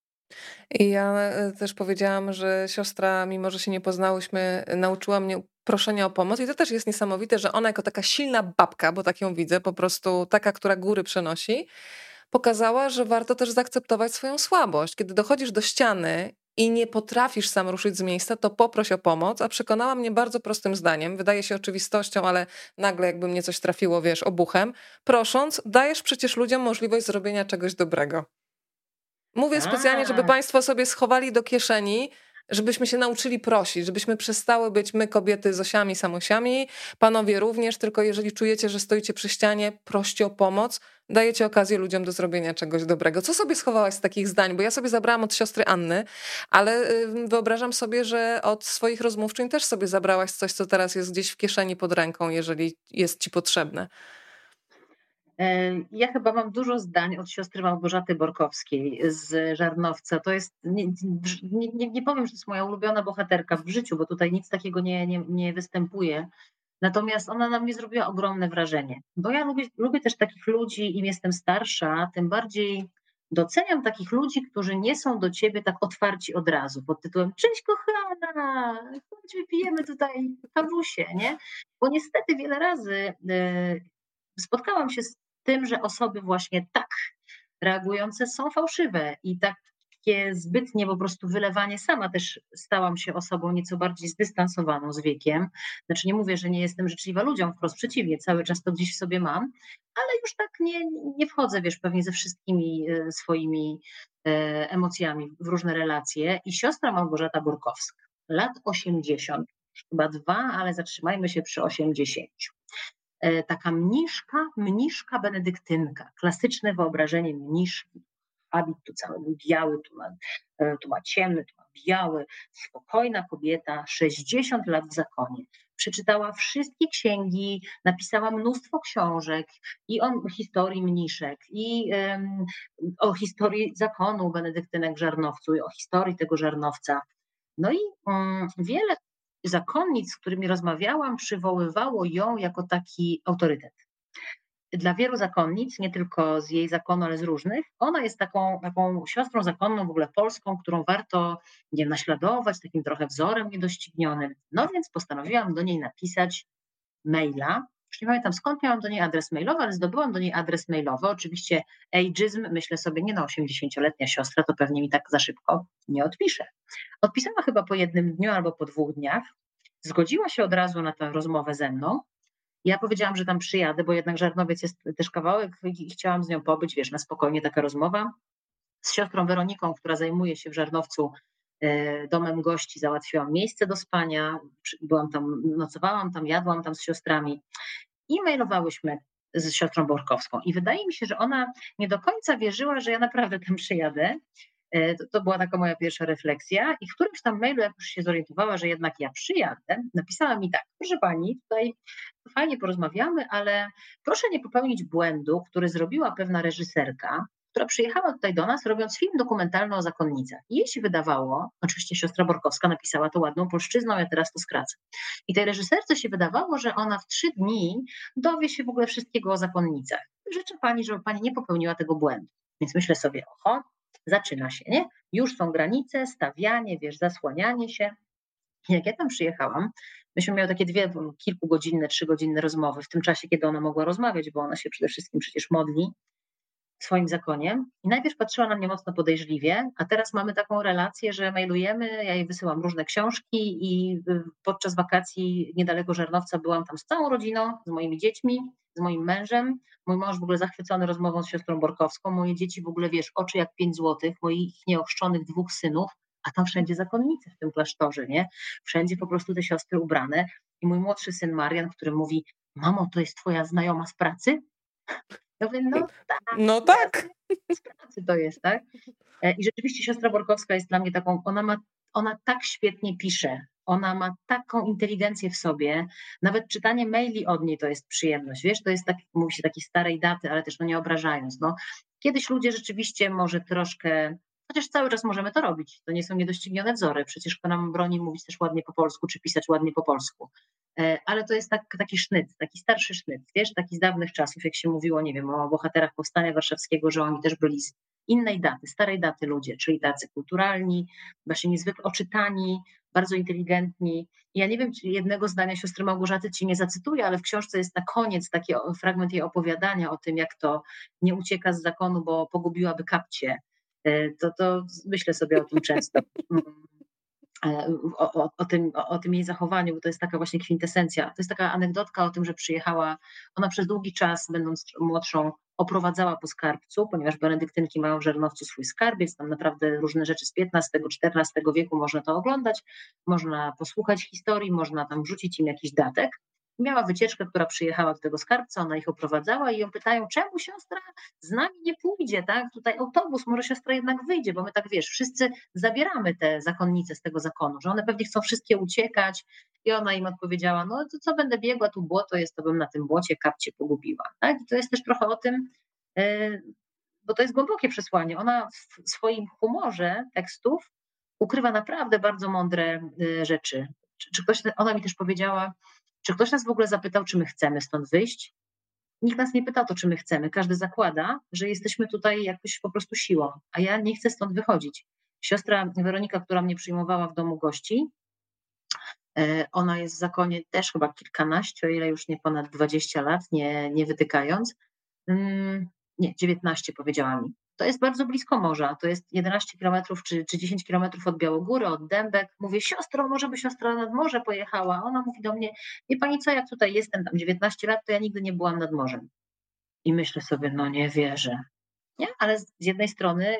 I ja też powiedziałam, że siostra, mimo że się nie poznałyśmy, nauczyła mnie proszenia o pomoc. I to też jest niesamowite, że ona jako taka silna babka, bo tak ją widzę, po prostu taka, która góry przenosi, pokazała, że warto też zaakceptować swoją słabość. Kiedy dochodzisz do ściany i nie potrafisz sam ruszyć z miejsca, to poproś o pomoc, a przekonała mnie bardzo prostym zdaniem, wydaje się oczywistością, ale nagle jakby mnie coś trafiło, wiesz, obuchem. Prosząc, dajesz przecież ludziom możliwość zrobienia czegoś dobrego. Mówię specjalnie, żeby Tak. państwo sobie schowali do kieszeni, żebyśmy się nauczyli prosić, żebyśmy przestały być my kobiety Zosiami, Samosiami, panowie również, tylko jeżeli czujecie, że stoicie przy ścianie, proście o pomoc, dajecie okazję ludziom do zrobienia czegoś dobrego. Co sobie schowałaś z takich zdań? Bo ja sobie zabrałam od siostry Anny, ale wyobrażam sobie, że od swoich rozmówczyń też sobie zabrałaś coś, co teraz jest gdzieś w kieszeni pod ręką, jeżeli jest ci potrzebne. Ja chyba mam dużo zdań od siostry Małgorzaty Borkowskiej z Żarnowca. To jest, nie powiem, że to jest moja ulubiona bohaterka w życiu, bo tutaj nic takiego nie występuje. Natomiast ona na mnie zrobiła ogromne wrażenie, bo ja lubię też takich ludzi, im jestem starsza, tym bardziej doceniam takich ludzi, którzy nie są do ciebie tak otwarci od razu, pod tytułem cześć kochana, chodź wypijemy tutaj kawusie, nie? Bo niestety wiele razy spotkałam się z tym, że osoby właśnie tak reagujące są fałszywe i takie zbytnie po prostu wylewanie. Sama też stałam się osobą nieco bardziej zdystansowaną z wiekiem. Znaczy nie mówię, że nie jestem życzliwa ludziom, wprost przeciwnie, cały czas to gdzieś w sobie mam, ale już tak nie wchodzę, wiesz, pewnie ze wszystkimi swoimi emocjami w różne relacje. I siostra Małgorzata Borkowska lat 80, chyba 2, ale zatrzymajmy się przy 80. Taka mniszka benedyktynka, klasyczne wyobrażenie mniszki. Habit tu cały był biały, tu ma ciemny, tu ma biały, spokojna kobieta, 60 lat w zakonie. Przeczytała wszystkie księgi, napisała mnóstwo książek i o historii mniszek, i o historii zakonu benedyktynek w Żarnowcu, i o historii tego Żarnowca. No i wiele zakonnic, z którymi rozmawiałam, przywoływało ją jako taki autorytet. Dla wielu zakonnic, nie tylko z jej zakonu, ale z różnych, ona jest taką siostrą zakonną, w ogóle polską, którą warto, nie wiem, naśladować, takim trochę wzorem niedoścignionym. No więc postanowiłam do niej napisać maila. Już nie pamiętam, skąd miałam do niej adres mailowy, ale zdobyłam do niej adres mailowy. Oczywiście ageism, myślę sobie, nie no, 80-letnia siostra to pewnie mi tak za szybko nie odpisze. Odpisała chyba po 1 dniu albo po 2 dniach. Zgodziła się od razu na tę rozmowę ze mną. Ja powiedziałam, że tam przyjadę, bo jednak Żarnowiec jest też kawałek i chciałam z nią pobyć, wiesz, na spokojnie taka rozmowa. Z siostrą Weroniką, która zajmuje się w Żarnowcu domem gości, załatwiłam miejsce do spania, byłam tam, nocowałam tam, jadłam tam z siostrami i mailowałyśmy z siostrą Borkowską. I wydaje mi się, że ona nie do końca wierzyła, że ja naprawdę tam przyjadę. To była taka moja pierwsza refleksja i w którymś tam mailu, jak już się zorientowała, że jednak ja przyjadę, napisała mi tak: proszę pani, tutaj fajnie porozmawiamy, ale proszę nie popełnić błędu, który zrobiła pewna reżyserka, która przyjechała tutaj do nas, robiąc film dokumentalny o zakonnicach. I jej się wydawało, oczywiście siostra Borkowska napisała to ładną polszczyzną, ja teraz to skracę. I tej reżyserce się wydawało, że ona w 3 dni dowie się w ogóle wszystkiego o zakonnicach. Życzę pani, żeby pani nie popełniła tego błędu. Więc myślę sobie, oho, zaczyna się, nie? Już są granice, stawianie, wiesz, zasłanianie się. I jak ja tam przyjechałam, myśmy miały takie 2 kilkugodzinne, 3-godzinne rozmowy w tym czasie, kiedy ona mogła rozmawiać, bo ona się przede wszystkim przecież modli w swoim zakonie. I najpierw patrzyła na mnie mocno podejrzliwie, a teraz mamy taką relację, że mailujemy, ja jej wysyłam różne książki i podczas wakacji niedaleko Żarnowca byłam tam z całą rodziną, z moimi dziećmi, z moim mężem. Mój mąż w ogóle zachwycony rozmową z siostrą Borkowską, moje dzieci w ogóle, wiesz, oczy jak 5 złotych, moich nieochrzczonych 2 synów, a tam wszędzie zakonnice w tym klasztorze, nie? Wszędzie po prostu te siostry ubrane. I mój młodszy syn Marian, który mówi: mamo, to jest twoja znajoma z pracy? Ja mówię, no tak, No tak. z pracy to jest, tak? I rzeczywiście siostra Borkowska jest dla mnie taką, ona tak świetnie pisze, ona ma taką inteligencję w sobie, nawet czytanie maili od niej to jest przyjemność, wiesz, to jest tak, mówi się takiej starej daty, ale też no nie obrażając, no. Kiedyś ludzie rzeczywiście może troszkę, chociaż cały czas możemy to robić, to nie są niedoścignione wzory, przecież kto nam broni mówić też ładnie po polsku, czy pisać ładnie po polsku. Ale to jest taki sznyt, taki starszy sznyt, wiesz, taki z dawnych czasów, jak się mówiło, nie wiem, o bohaterach Powstania Warszawskiego, że oni też byli z innej daty, starej daty ludzie, czyli tacy kulturalni, właśnie niezwykle oczytani, bardzo inteligentni. Ja nie wiem, czy jednego zdania siostry Małgorzaty ci nie zacytuję, ale w książce jest na koniec taki fragment jej opowiadania o tym, jak to nie ucieka z zakonu, bo pogubiłaby kapcie. To myślę sobie o tym często. O tym jej zachowaniu, bo to jest taka właśnie kwintesencja. To jest taka anegdotka o tym, że przyjechała, ona przez długi czas, będąc młodszą, oprowadzała po skarbcu, ponieważ benedyktynki mają w Żarnowcu swój skarbiec, tam naprawdę różne rzeczy z XV-XIV wieku można to oglądać, można posłuchać historii, można tam wrzucić im jakiś datek. Miała wycieczkę, która przyjechała do tego skarbca, ona ich oprowadzała i ją pytają, czemu siostra z nami nie pójdzie, tak? Tutaj autobus, może siostra jednak wyjdzie, bo my tak, wiesz, wszyscy zabieramy te zakonnice z tego zakonu, że one pewnie chcą wszystkie uciekać. I ona im odpowiedziała, no to co będę biegła, tu błoto jest, to bym na tym błocie kapcie pogubiła. Tak? I to jest też trochę o tym, bo to jest głębokie przesłanie. Ona w swoim humorze tekstów ukrywa naprawdę bardzo mądre rzeczy. Ona mi też powiedziała, czy ktoś nas w ogóle zapytał, czy my chcemy stąd wyjść? Nikt nas nie pyta o to, czy my chcemy. Każdy zakłada, że jesteśmy tutaj jakoś po prostu siłą, a ja nie chcę stąd wychodzić. Siostra Weronika, która mnie przyjmowała w domu gości, ona jest w zakonie też chyba kilkanaście, o ile już nie ponad 20 lat, nie wytykając. Nie, 19 powiedziała mi. To jest bardzo blisko morza, to jest 11 kilometrów czy 10 kilometrów od Białogóry, od Dębek. Mówię, siostro, może by siostra nad morze pojechała. Ona mówi do mnie, wie pani co, jak tutaj jestem tam 19 lat, to ja nigdy nie byłam nad morzem. I myślę sobie, no nie wierzę. Nie? Ale z jednej strony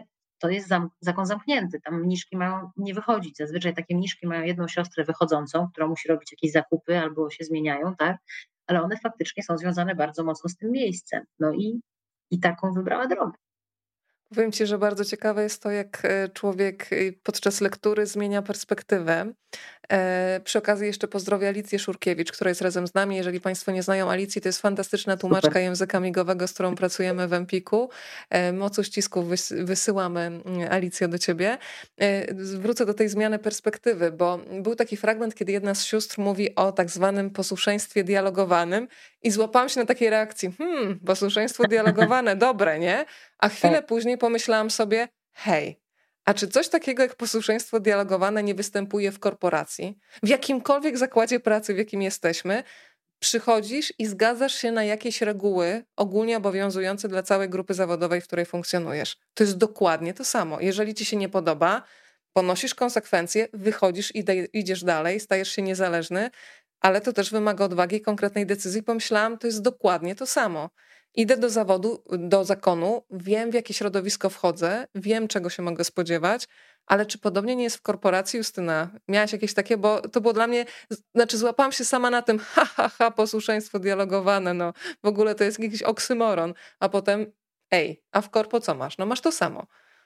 to jest zakon zamknięty. Tam mniszki mają nie wychodzić. Zazwyczaj takie mniszki mają jedną siostrę wychodzącą, która musi robić jakieś zakupy albo się zmieniają, tak? Ale one faktycznie są związane bardzo mocno z tym miejscem. No i taką wybrała drogę. Powiem ci, że bardzo ciekawe jest to, jak człowiek podczas lektury zmienia perspektywę. Przy okazji jeszcze pozdrowię Alicję Szurkiewicz, która jest razem z nami. Jeżeli państwo nie znają Alicji, to jest fantastyczna tłumaczka Super. języka migowego, z którą pracujemy w Empiku. Mocu ścisków wysyłamy, Alicjo, do ciebie. Wrócę do tej zmiany perspektywy, bo był taki fragment, kiedy jedna z sióstr mówi o tak zwanym posłuszeństwie dialogowanym i złapałam się na takiej reakcji. Posłuszeństwo dialogowane, dobre, nie? A chwilę później pomyślałam sobie, hej, a czy coś takiego jak posłuszeństwo dialogowane nie występuje w korporacji? W jakimkolwiek zakładzie pracy, w jakim jesteśmy, przychodzisz i zgadzasz się na jakieś reguły ogólnie obowiązujące dla całej grupy zawodowej, w której funkcjonujesz. To jest dokładnie to samo. Jeżeli ci się nie podoba, ponosisz konsekwencje, wychodzisz i idziesz dalej, stajesz się niezależny, ale to też wymaga odwagi i konkretnej decyzji. Pomyślałam, to jest dokładnie to samo. Idę do zawodu, do zakonu, wiem, w jakie środowisko wchodzę, wiem, czego się mogę spodziewać, ale czy podobnie nie jest w korporacji, Justyna? Miałaś jakieś takie, bo to było dla mnie, znaczy złapałam się sama na tym, posłuszeństwo dialogowane, no w ogóle to jest jakiś oksymoron, a potem, a w korpo co masz? No masz to samo.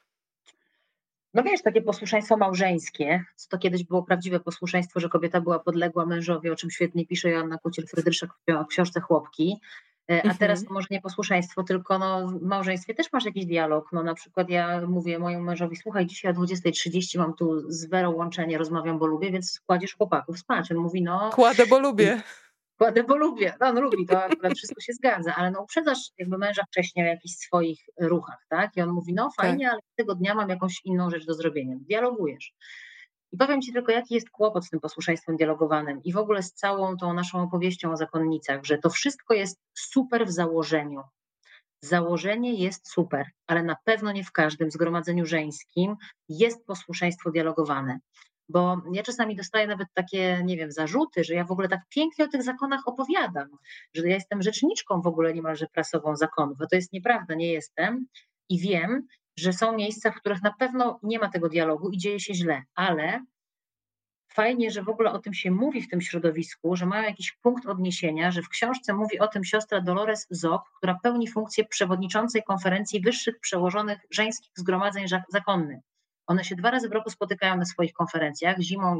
No wiesz, takie posłuszeństwo małżeńskie, co to kiedyś było prawdziwe posłuszeństwo, że kobieta była podległa mężowi, o czym świetnie pisze Joanna Kuciel-Frydryszek w książce Chłopki. A teraz to może nie posłuszeństwo, tylko no, w małżeństwie też masz jakiś dialog. No na przykład ja mówię mojemu mężowi, słuchaj, dzisiaj o 20:30 mam tu z Werą łączenie, rozmawiam, bo lubię, więc kładziesz chłopaków spać. On mówi, no... Kładę, bo lubię. Kładę, bo lubię. No, on lubi, to akurat wszystko się zgadza, ale no uprzedzasz jakby męża wcześniej o jakichś swoich ruchach, tak? I on mówi, no fajnie, Tak. ale tego dnia mam jakąś inną rzecz do zrobienia. Dialogujesz. I powiem ci tylko, jaki jest kłopot z tym posłuszeństwem dialogowanym i w ogóle z całą tą naszą opowieścią o zakonnicach, że to wszystko jest super w założeniu. Założenie jest super, ale na pewno nie w każdym zgromadzeniu żeńskim jest posłuszeństwo dialogowane. Bo ja czasami dostaję nawet takie, nie wiem, zarzuty, że ja w ogóle tak pięknie o tych zakonach opowiadam, że ja jestem rzeczniczką w ogóle niemalże prasową zakonów. A to jest nieprawda, nie jestem i wiem, że są miejsca, w których na pewno nie ma tego dialogu i dzieje się źle, ale fajnie, że w ogóle o tym się mówi w tym środowisku, że mają jakiś punkt odniesienia, że w książce mówi o tym siostra Dolores Zok, która pełni funkcję przewodniczącej konferencji wyższych przełożonych żeńskich zgromadzeń zakonnych. One się 2 razy w roku spotykają na swoich konferencjach, zimą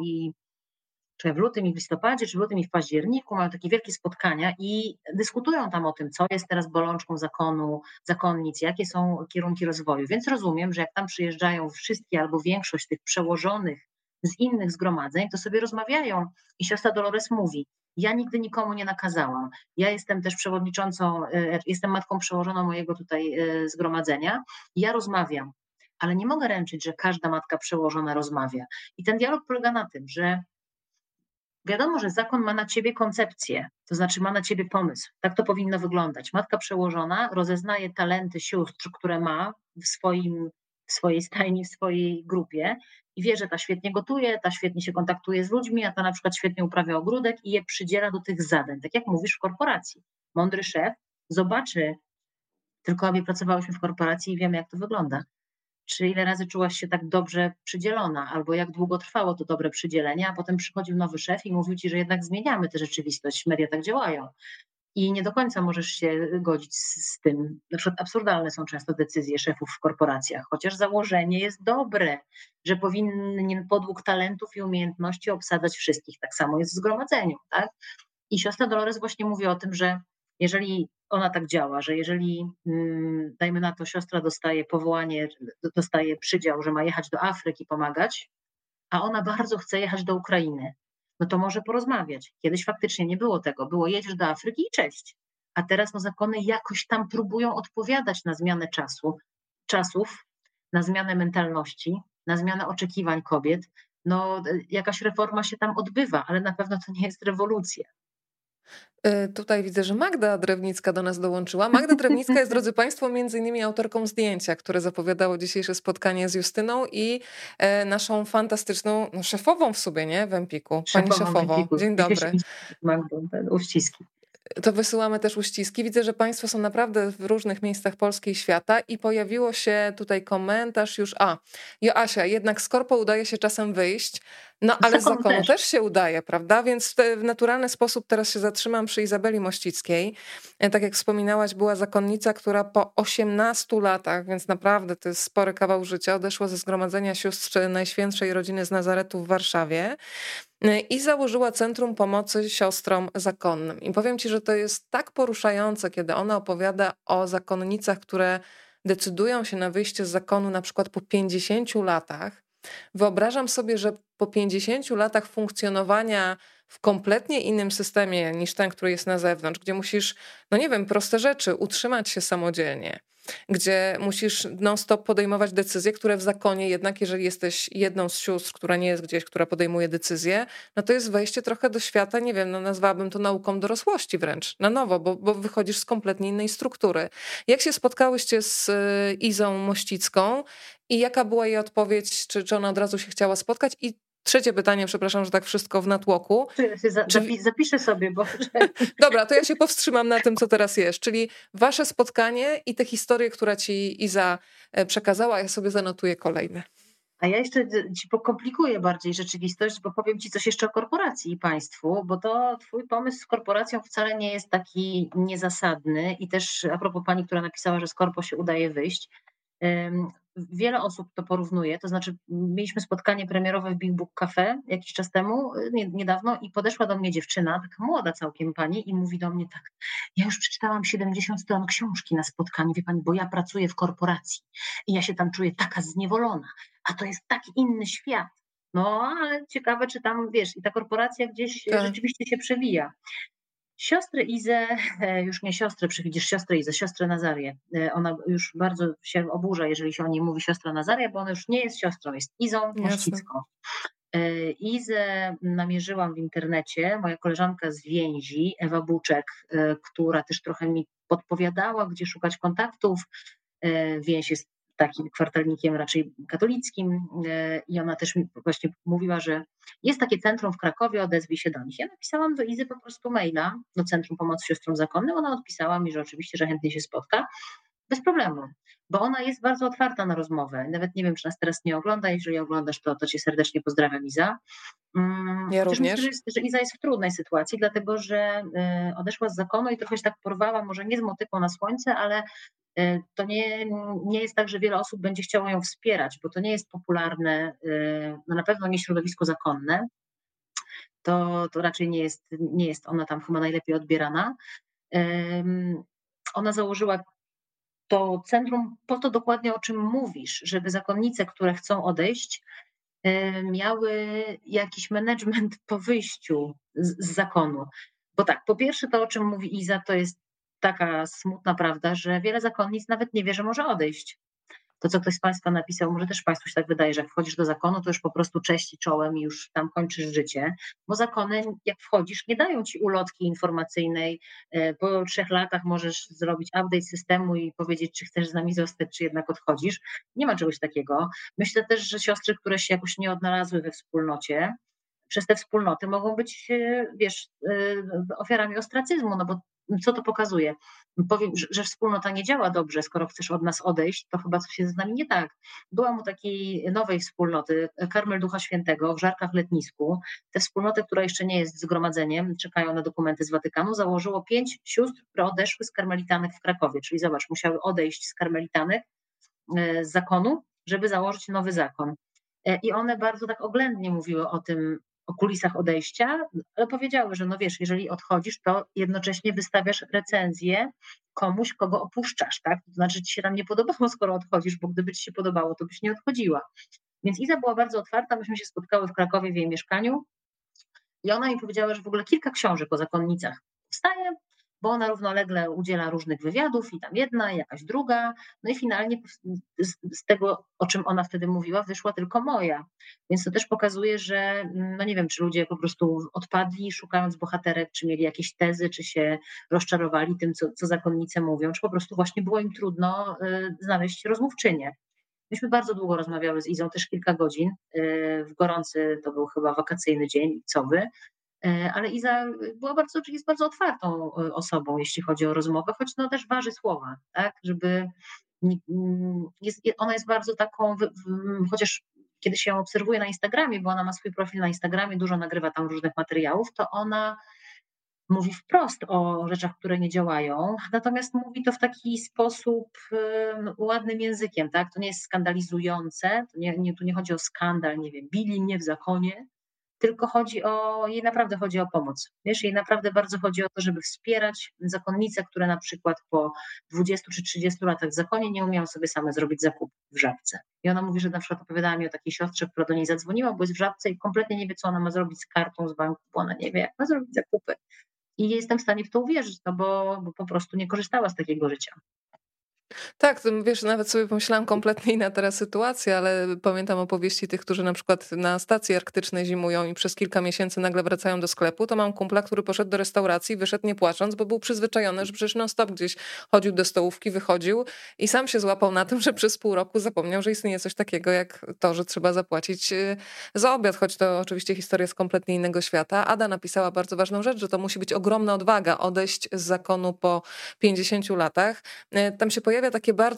czy w lutym i w listopadzie, czy w lutym i w październiku, mają takie wielkie spotkania i dyskutują tam o tym, co jest teraz bolączką zakonu, zakonnic, jakie są kierunki rozwoju. Więc rozumiem, że jak tam przyjeżdżają wszystkie albo większość tych przełożonych z innych zgromadzeń, to sobie rozmawiają i siostra Dolores mówi, ja nigdy nikomu nie nakazałam. Ja jestem też przewodniczącą, jestem matką przełożoną mojego tutaj zgromadzenia. Ja rozmawiam, ale nie mogę ręczyć, że każda matka przełożona rozmawia. I ten dialog polega na tym, że wiadomo, że zakon ma na ciebie koncepcję, to znaczy ma na ciebie pomysł. Tak to powinno wyglądać. Matka przełożona rozeznaje talenty sióstr, które ma w swojej stajni, w swojej grupie i wie, że ta świetnie gotuje, ta świetnie się kontaktuje z ludźmi, a ta na przykład świetnie uprawia ogródek i je przydziela do tych zadań. Tak jak mówisz w korporacji. Mądry szef zobaczy, tylko aby pracowałyśmy w korporacji i wiemy, jak to wygląda. Czy ile razy czułaś się tak dobrze przydzielona, albo jak długo trwało to dobre przydzielenie, a potem przychodził nowy szef i mówił ci, że jednak zmieniamy tę rzeczywistość, media tak działają. I nie do końca możesz się godzić z tym. Na przykład absurdalne są często decyzje szefów w korporacjach, chociaż założenie jest dobre, że powinien podług talentów i umiejętności obsadzać wszystkich. Tak samo jest w zgromadzeniu, tak? I siostra Dolores właśnie mówi o tym, że jeżeli ona tak działa, że jeżeli, dajmy na to, siostra dostaje powołanie, dostaje przydział, że ma jechać do Afryki pomagać, a ona bardzo chce jechać do Ukrainy, no to może porozmawiać. Kiedyś faktycznie nie było tego, było jedziesz do Afryki i cześć. A teraz no, zakony jakoś tam próbują odpowiadać na zmianę czasów, na zmianę mentalności, na zmianę oczekiwań kobiet. No jakaś reforma się tam odbywa, ale na pewno to nie jest rewolucja. Tutaj widzę, że Magda Drewnicka do nas dołączyła. Magda Drewnicka jest, drodzy Państwo, między innymi autorką zdjęcia, które zapowiadało dzisiejsze spotkanie z Justyną i naszą fantastyczną, szefową w sobie, nie? W Empiku. Pani szefową. Dzień dobry. Magdą, ten uściski. To wysyłamy też uściski. Widzę, że państwo są naprawdę w różnych miejscach Polski i świata i pojawiło się tutaj komentarz już, Joasia, jednak z korpo udaje się czasem wyjść, no Z ale z zakonu zakonu też. też się udaje, prawda? Więc w naturalny sposób teraz się zatrzymam przy Izabeli Mościckiej. Tak jak wspominałaś, była zakonnica, która po 18 latach, więc naprawdę to jest spory kawał życia, odeszła ze Zgromadzenia Sióstr Najświętszej Rodziny z Nazaretu w Warszawie i założyła Centrum Pomocy Siostrom Zakonnym. I powiem ci, że to jest tak poruszające, kiedy ona opowiada o zakonnicach, które decydują się na wyjście z zakonu na przykład po 50 latach. Wyobrażam sobie, że po 50 latach funkcjonowania w kompletnie innym systemie niż ten, który jest na zewnątrz, gdzie musisz, no nie wiem, proste rzeczy, utrzymać się samodzielnie, gdzie musisz non-stop podejmować decyzje, które w zakonie jednak, jeżeli jesteś jedną z sióstr, która nie jest gdzieś, która podejmuje decyzje, no to jest wejście trochę do świata, nie wiem, no nazwałabym to nauką dorosłości wręcz, na nowo, bo wychodzisz z kompletnie innej struktury. Jak się spotkałyście z Izą Mościcką i jaka była jej odpowiedź, czy ona od razu się chciała spotkać? I trzecie pytanie, przepraszam, że tak wszystko w natłoku. Ja się zapiszę sobie, bo... Dobra, to ja się powstrzymam na tym, co teraz jest, czyli wasze spotkanie i te historie, które ci Iza przekazała, ja sobie zanotuję kolejne. A ja jeszcze ci pokomplikuję bardziej rzeczywistość, bo powiem ci coś jeszcze o korporacji i państwu, bo to twój pomysł z korporacją wcale nie jest taki niezasadny i też a propos pani, która napisała, że z korpo się udaje wyjść. Wiele osób to porównuje, to znaczy mieliśmy spotkanie premierowe w Big Book Cafe jakiś czas temu, niedawno i podeszła do mnie dziewczyna, taka młoda całkiem pani i mówi do mnie tak, ja już przeczytałam 70 stron książki na spotkaniu, wie pani, bo ja pracuję w korporacji i ja się tam czuję taka zniewolona, a to jest taki inny świat. No, ale ciekawe, czy tam, wiesz, i ta korporacja gdzieś rzeczywiście się przewija. Siostrę Izę, już nie siostrę, widzisz, siostrę Izę, siostrę Nazarię. Ona już bardzo się oburza, jeżeli się o niej mówi siostra Nazaria, bo ona już nie jest siostrą, jest Izą Jasne. Mościcką. Izę namierzyłam w internecie, moja koleżanka z Więzi, Ewa Buczek, która też trochę mi podpowiadała, gdzie szukać kontaktów. Więź jest takim kwartalnikiem raczej katolickim i ona też mi właśnie mówiła, że jest takie centrum w Krakowie, odezwij się do nich. Ja napisałam do Izy po prostu maila do Centrum Pomocy Siostrom Zakonnym, ona odpisała mi, że oczywiście, że chętnie się spotka, bez problemu, bo ona jest bardzo otwarta na rozmowę. Nawet nie wiem, czy nas teraz nie ogląda, jeżeli oglądasz, to cię serdecznie pozdrawiam, Iza. Ja Chociaż myślę, również. że Iza jest w trudnej sytuacji, dlatego że odeszła z zakonu i trochę się tak porwała, może nie z motyką na słońce, ale to nie jest tak, że wiele osób będzie chciało ją wspierać, bo to nie jest popularne, no na pewno nie środowisko zakonne. To raczej nie jest ona tam chyba najlepiej odbierana. Ona założyła to centrum po to dokładnie, o czym mówisz, żeby zakonnice, które chcą odejść, miały jakiś management po wyjściu z zakonu. Bo tak, po pierwsze to, o czym mówi Iza, to jest taka smutna prawda, że wiele zakonnic nawet nie wie, że może odejść. To, co ktoś z Państwa napisał, może też Państwu się tak wydaje, że jak wchodzisz do zakonu, to już po prostu cześć i czołem i już tam kończysz życie, bo zakony, jak wchodzisz, nie dają ci ulotki informacyjnej. Po 3 latach możesz zrobić update systemu i powiedzieć, czy chcesz z nami zostać, czy jednak odchodzisz. Nie ma czegoś takiego. Myślę też, że siostry, które się jakoś nie odnalazły we wspólnocie, przez te wspólnoty mogą być, wiesz, ofiarami ostracyzmu, no bo co to pokazuje? Powiem, że wspólnota nie działa dobrze, skoro chcesz od nas odejść, to chyba coś jest z nami nie tak. Byłam u takiej nowej wspólnoty, Karmel Ducha Świętego w Żarkach Letnisku. Tę wspólnotę, która jeszcze nie jest zgromadzeniem, czekają na dokumenty z Watykanu, założyło 5 sióstr, które odeszły z karmelitanek w Krakowie. Czyli zobacz, musiały odejść z karmelitanek z zakonu, żeby założyć nowy zakon. I one bardzo tak oględnie mówiły o tym, o kulisach odejścia, ale powiedziały, że no wiesz, jeżeli odchodzisz, to jednocześnie wystawiasz recenzję komuś, kogo opuszczasz, tak? To znaczy ci się tam nie podobało, skoro odchodzisz, bo gdyby ci się podobało, to byś nie odchodziła. Więc Iza była bardzo otwarta, myśmy się spotkały w Krakowie w jej mieszkaniu i ona mi powiedziała, że w ogóle kilka książek o zakonnicach powstaje, bo ona równolegle udziela różnych wywiadów i tam jedna, i jakaś druga. No i finalnie z tego, o czym ona wtedy mówiła, wyszła tylko moja. Więc to też pokazuje, że no nie wiem, czy ludzie po prostu odpadli szukając bohaterek, czy mieli jakieś tezy, czy się rozczarowali tym, co zakonnice mówią, czy po prostu właśnie było im trudno znaleźć rozmówczynię. Myśmy bardzo długo rozmawiały z Izą, też kilka godzin. W gorący to był chyba wakacyjny dzień, lipcowy. Ale Iza jest bardzo otwartą osobą, jeśli chodzi o rozmowę, choć no też waży słowa, tak, żeby ona jest bardzo taką, chociaż kiedy się ją obserwuje na Instagramie, bo ona ma swój profil na Instagramie, dużo nagrywa tam różnych materiałów, to ona mówi wprost o rzeczach, które nie działają, natomiast mówi to w taki sposób ładnym językiem, tak? To nie jest skandalizujące, tu nie chodzi o skandal, nie wiem, bili mnie w zakonie, tylko jej naprawdę chodzi o pomoc. Wiesz, jej naprawdę bardzo chodzi o to, żeby wspierać zakonnice, które na przykład po 20 czy 30 latach w zakonie nie umiały sobie same zrobić zakupu w Żabce. I ona mówi, że na przykład opowiadała mi o takiej siostrze, która do niej zadzwoniła, bo jest w Żabce i kompletnie nie wie, co ona ma zrobić z kartą z banku, bo ona nie wie, jak ma zrobić zakupy. I jestem w stanie w to uwierzyć, no bo po prostu nie korzystała z takiego życia. Tak, to wiesz, nawet sobie pomyślałam kompletnie inna teraz sytuacja, ale pamiętam opowieści tych, którzy na przykład na stacji arktycznej zimują i przez kilka miesięcy nagle wracają do sklepu. To mam kumpla, który poszedł do restauracji, wyszedł nie płacząc, bo był przyzwyczajony, że przecież non stop gdzieś chodził do stołówki, wychodził i sam się złapał na tym, że przez pół roku zapomniał, że istnieje coś takiego jak to, że trzeba zapłacić za obiad, choć to oczywiście historia z kompletnie innego świata. Ada napisała bardzo ważną rzecz, że to musi być ogromna odwaga odejść z zakonu po 50 latach. Tam się pojawia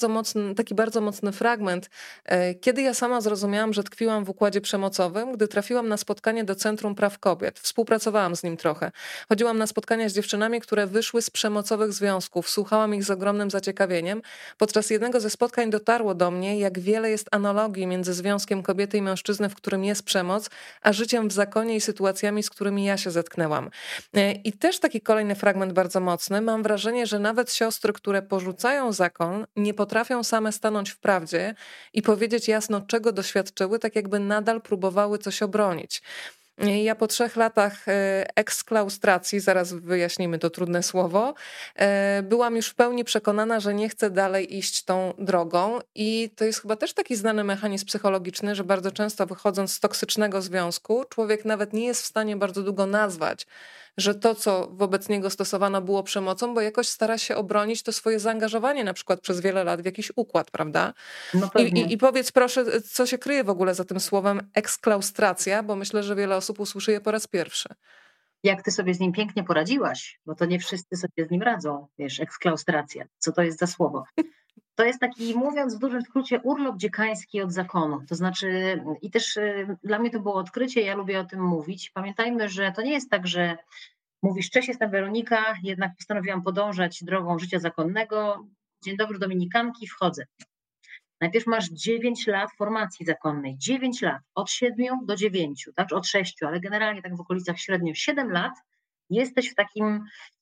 taki bardzo mocny fragment, kiedy ja sama zrozumiałam, że tkwiłam w układzie przemocowym, gdy trafiłam na spotkanie do Centrum Praw Kobiet. Współpracowałam z nim trochę. Chodziłam na spotkania z dziewczynami, które wyszły z przemocowych związków. Słuchałam ich z ogromnym zaciekawieniem. Podczas jednego ze spotkań dotarło do mnie, jak wiele jest analogii między związkiem kobiety i mężczyzny, w którym jest przemoc, a życiem w zakonie i sytuacjami, z którymi ja się zetknęłam. I też taki kolejny fragment bardzo mocny. Mam wrażenie, że nawet siostry, które porzucają zakon, nie potrafią same stanąć w prawdzie i powiedzieć jasno, czego doświadczyły, tak jakby nadal próbowały coś obronić. Ja po 3 latach eksklaustracji, zaraz wyjaśnimy to trudne słowo, byłam już w pełni przekonana, że nie chcę dalej iść tą drogą i to jest chyba też taki znany mechanizm psychologiczny, że bardzo często wychodząc z toksycznego związku, człowiek nawet nie jest w stanie bardzo długo nazwać, że to, co wobec niego stosowano, było przemocą, bo jakoś stara się obronić to swoje zaangażowanie na przykład przez wiele lat w jakiś układ, prawda? No pewnie. I powiedz proszę, co się kryje w ogóle za tym słowem eksklaustracja, bo myślę, że wiele osób usłyszy je po raz pierwszy. Jak ty sobie z nim pięknie poradziłaś, bo to nie wszyscy sobie z nim radzą, wiesz, eksklaustracja. Co to jest za słowo? To jest taki, mówiąc w dużym skrócie, urlop dziekański od zakonu. To znaczy, i też dla mnie to było odkrycie, ja lubię o tym mówić. Pamiętajmy, że to nie jest tak, że mówisz, cześć, jestem Weronika, jednak postanowiłam podążać drogą życia zakonnego. Dzień dobry, dominikanki, wchodzę. Najpierw masz 9 lat formacji zakonnej, 9 lat, od 7 do 9, tak, od 6, ale generalnie tak w okolicach średnio 7 lat jesteś w takim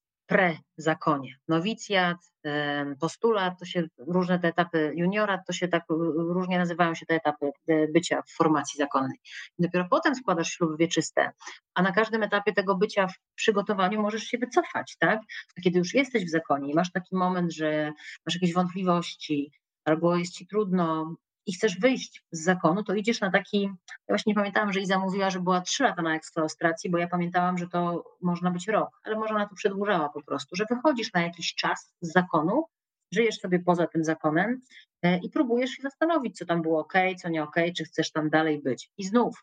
pre-zakonie. Nowicjat, postulat, to się różne te etapy, juniorat, to się tak różnie nazywają się te etapy bycia w formacji zakonnej. I dopiero potem składasz śluby wieczyste, a na każdym etapie tego bycia w przygotowaniu możesz się wycofać, tak? A kiedy już jesteś w zakonie i masz taki moment, że masz jakieś wątpliwości, albo jest ci trudno i chcesz wyjść z zakonu, to idziesz na taki, ja właśnie nie pamiętałam, że Iza mówiła, że była 3 lata na eksklaustracji, bo ja pamiętałam, że to można być rok, ale może ona to przedłużała po prostu, że wychodzisz na jakiś czas z zakonu, żyjesz sobie poza tym zakonem i próbujesz się zastanowić, co tam było ok, co nie ok, czy chcesz tam dalej być. I znów,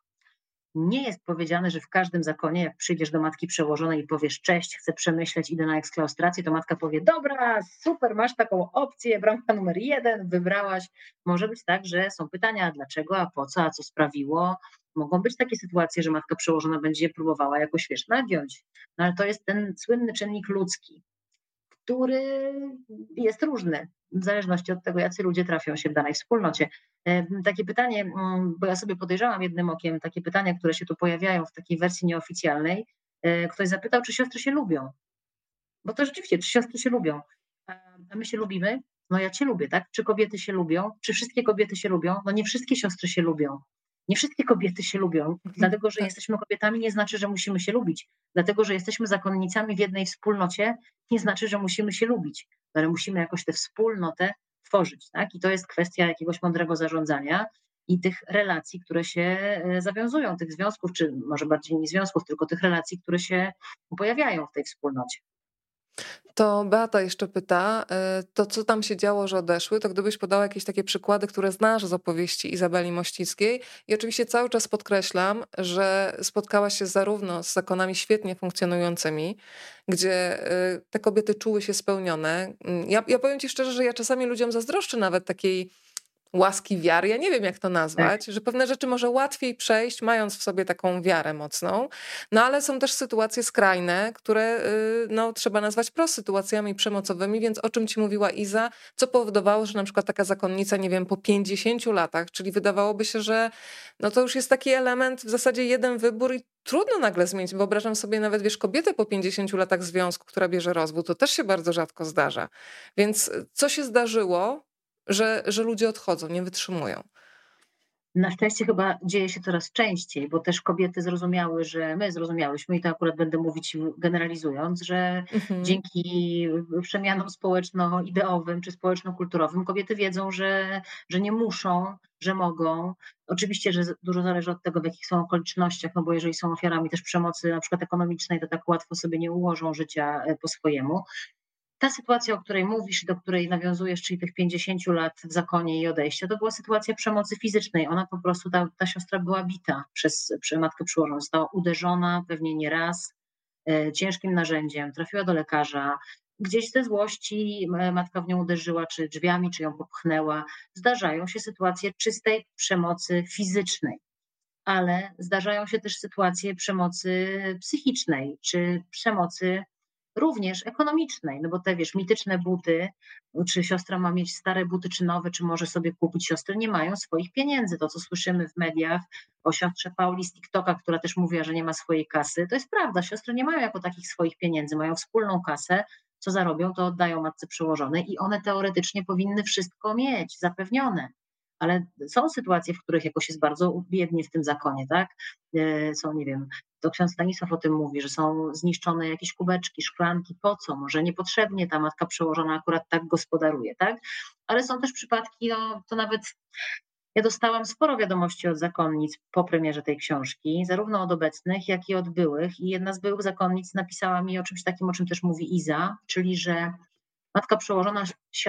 nie jest powiedziane, że w każdym zakonie, jak przyjdziesz do matki przełożonej i powiesz cześć, chcę przemyśleć, idę na eksklaustrację, to matka powie dobra, super, masz taką opcję, bramka numer 1, wybrałaś. Może być tak, że są pytania, dlaczego, a po co, a co sprawiło. Mogą być takie sytuacje, że matka przełożona będzie próbowała jakoś, wiesz, nagiąć. No ale to jest ten słynny czynnik ludzki, który jest różny w zależności od tego, jacy ludzie trafią się w danej wspólnocie. Takie pytanie, bo ja sobie podejrzałam jednym okiem, takie pytania, które się tu pojawiają w takiej wersji nieoficjalnej. Ktoś zapytał, czy siostry się lubią. Bo to rzeczywiście, czy siostry się lubią. A my się lubimy? No ja cię lubię, tak? Czy kobiety się lubią? Czy wszystkie kobiety się lubią? No nie wszystkie siostry się lubią. Nie wszystkie kobiety się lubią, dlatego że jesteśmy kobietami, nie znaczy, że musimy się lubić. Dlatego, że jesteśmy zakonnicami w jednej wspólnocie, nie znaczy, że musimy się lubić, ale musimy jakoś tę wspólnotę tworzyć. Tak? I to jest kwestia jakiegoś mądrego zarządzania i tych relacji, które się zawiązują, tych związków, czy może bardziej nie związków, tylko tych relacji, które się pojawiają w tej wspólnocie. To Beata jeszcze pyta, to co tam się działo, że odeszły, to gdybyś podała jakieś takie przykłady, które znasz z opowieści Izabeli Mościckiej. I oczywiście cały czas podkreślam, że spotkałaś się zarówno z zakonami świetnie funkcjonującymi, gdzie te kobiety czuły się spełnione. Ja powiem ci szczerze, że ja czasami ludziom zazdroszczę nawet takiej łaski wiary, ja nie wiem jak to Tak. nazwać, że pewne rzeczy może łatwiej przejść, mając w sobie taką wiarę mocną, no ale są też sytuacje skrajne, które no, trzeba nazwać wprost sytuacjami przemocowymi, więc o czym ci mówiła Iza, co powodowało, że na przykład taka zakonnica, nie wiem, po 50 latach, czyli wydawałoby się, że no to już jest taki element, w zasadzie jeden wybór i trudno nagle zmienić. Wyobrażam sobie nawet, wiesz, kobietę po 50 latach związku, która bierze rozwód, to też się bardzo rzadko zdarza. Więc co się zdarzyło, że ludzie odchodzą, nie wytrzymują? Na szczęście chyba dzieje się coraz częściej, bo też kobiety zrozumiały, że my zrozumiałyśmy, i to akurat będę mówić generalizując, że Mhm. dzięki przemianom społeczno-ideowym czy społeczno-kulturowym kobiety wiedzą, że nie muszą, że mogą. Oczywiście, że dużo zależy od tego, w jakich są okolicznościach, no bo jeżeli są ofiarami też przemocy na przykład ekonomicznej, to tak łatwo sobie nie ułożą życia po swojemu. Ta sytuacja, o której mówisz, do której nawiązujesz, czyli tych 50 lat w zakonie i odejścia, to była sytuacja przemocy fizycznej. Ona po prostu, ta siostra była bita przez matkę przyłożoną. Została uderzona pewnie nie raz ciężkim narzędziem, trafiła do lekarza. Gdzieś ze złości matka w nią uderzyła, czy drzwiami, czy ją popchnęła. Zdarzają się sytuacje czystej przemocy fizycznej, ale zdarzają się też sytuacje przemocy psychicznej, czy przemocy również ekonomicznej, no bo te, wiesz, mityczne buty, czy siostra ma mieć stare buty, czy nowe, czy może sobie kupić, siostry nie mają swoich pieniędzy. To, co słyszymy w mediach o siostrze Pauli z TikToka, która też mówiła, że nie ma swojej kasy, to jest prawda. Siostry nie mają jako takich swoich pieniędzy, mają wspólną kasę, co zarobią, to oddają matce przełożonej i one teoretycznie powinny wszystko mieć zapewnione. Ale są sytuacje, w których jakoś jest bardzo biednie w tym zakonie, tak? Są, nie wiem, to ksiądz Stanisław o tym mówi, że są zniszczone jakieś kubeczki, szklanki, po co? Może niepotrzebnie ta matka przełożona akurat tak gospodaruje, tak? Ale są też przypadki, no, to nawet ja dostałam sporo wiadomości od zakonnic po premierze tej książki, zarówno od obecnych, jak i od byłych. I jedna z byłych zakonnic napisała mi o czymś takim, o czym też mówi Iza, czyli że matka przełożona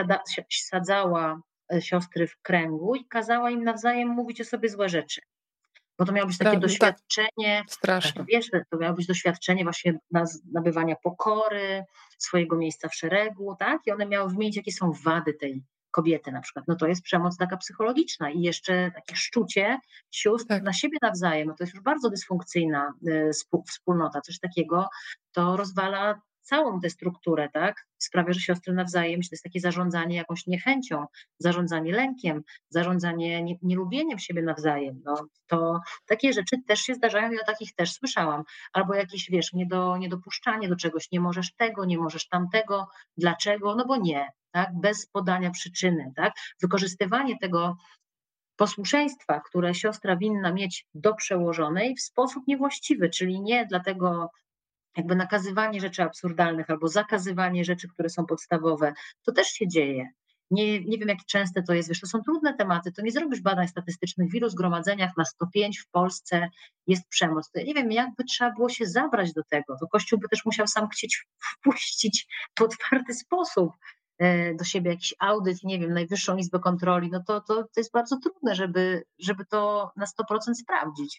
sadzała siostry w kręgu i kazała im nawzajem mówić o sobie złe rzeczy. Bo to miało być takie Tak, doświadczenie, to straszne. wiesz, to miało być doświadczenie właśnie nabywania pokory, swojego miejsca w szeregu, tak? I one miały wymienić, jakie są wady tej kobiety na przykład. No to jest przemoc taka psychologiczna i jeszcze takie szczucie sióstr Tak. na siebie nawzajem, no to jest już bardzo dysfunkcyjna wspólnota. Coś takiego to rozwala całą tę strukturę, tak? Sprawia, że siostry nawzajem, to jest takie zarządzanie jakąś niechęcią, zarządzanie lękiem, zarządzanie nielubieniem siebie nawzajem. No, to takie rzeczy też się zdarzają i o takich też słyszałam. Albo jakieś, wiesz, niedopuszczanie do czegoś, nie możesz tego, nie możesz tamtego, dlaczego? No bo nie, tak? Bez podania przyczyny, tak? Wykorzystywanie tego posłuszeństwa, które siostra winna mieć do przełożonej w sposób niewłaściwy, czyli nie dlatego jakby nakazywanie rzeczy absurdalnych albo zakazywanie rzeczy, które są podstawowe, to też się dzieje. Nie wiem, jak częste to jest, wiesz, to są trudne tematy, to nie zrobisz badań statystycznych, w ilu zgromadzeniach na 105 w Polsce jest przemoc. To ja nie wiem, jakby trzeba było się zabrać do tego, to Kościół by też musiał sam chcieć wpuścić w otwarty sposób do siebie jakiś audyt, nie wiem, Najwyższą Izbę Kontroli, no to jest bardzo trudne, żeby to na 100% sprawdzić.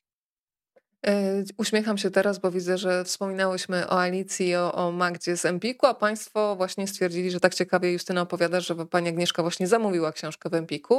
Uśmiecham się teraz, bo widzę, że wspominałyśmy o Alicji i o Magdzie z Empiku, a państwo właśnie stwierdzili, że tak ciekawie Justyna opowiadasz, że pani Agnieszka właśnie zamówiła książkę w Empiku.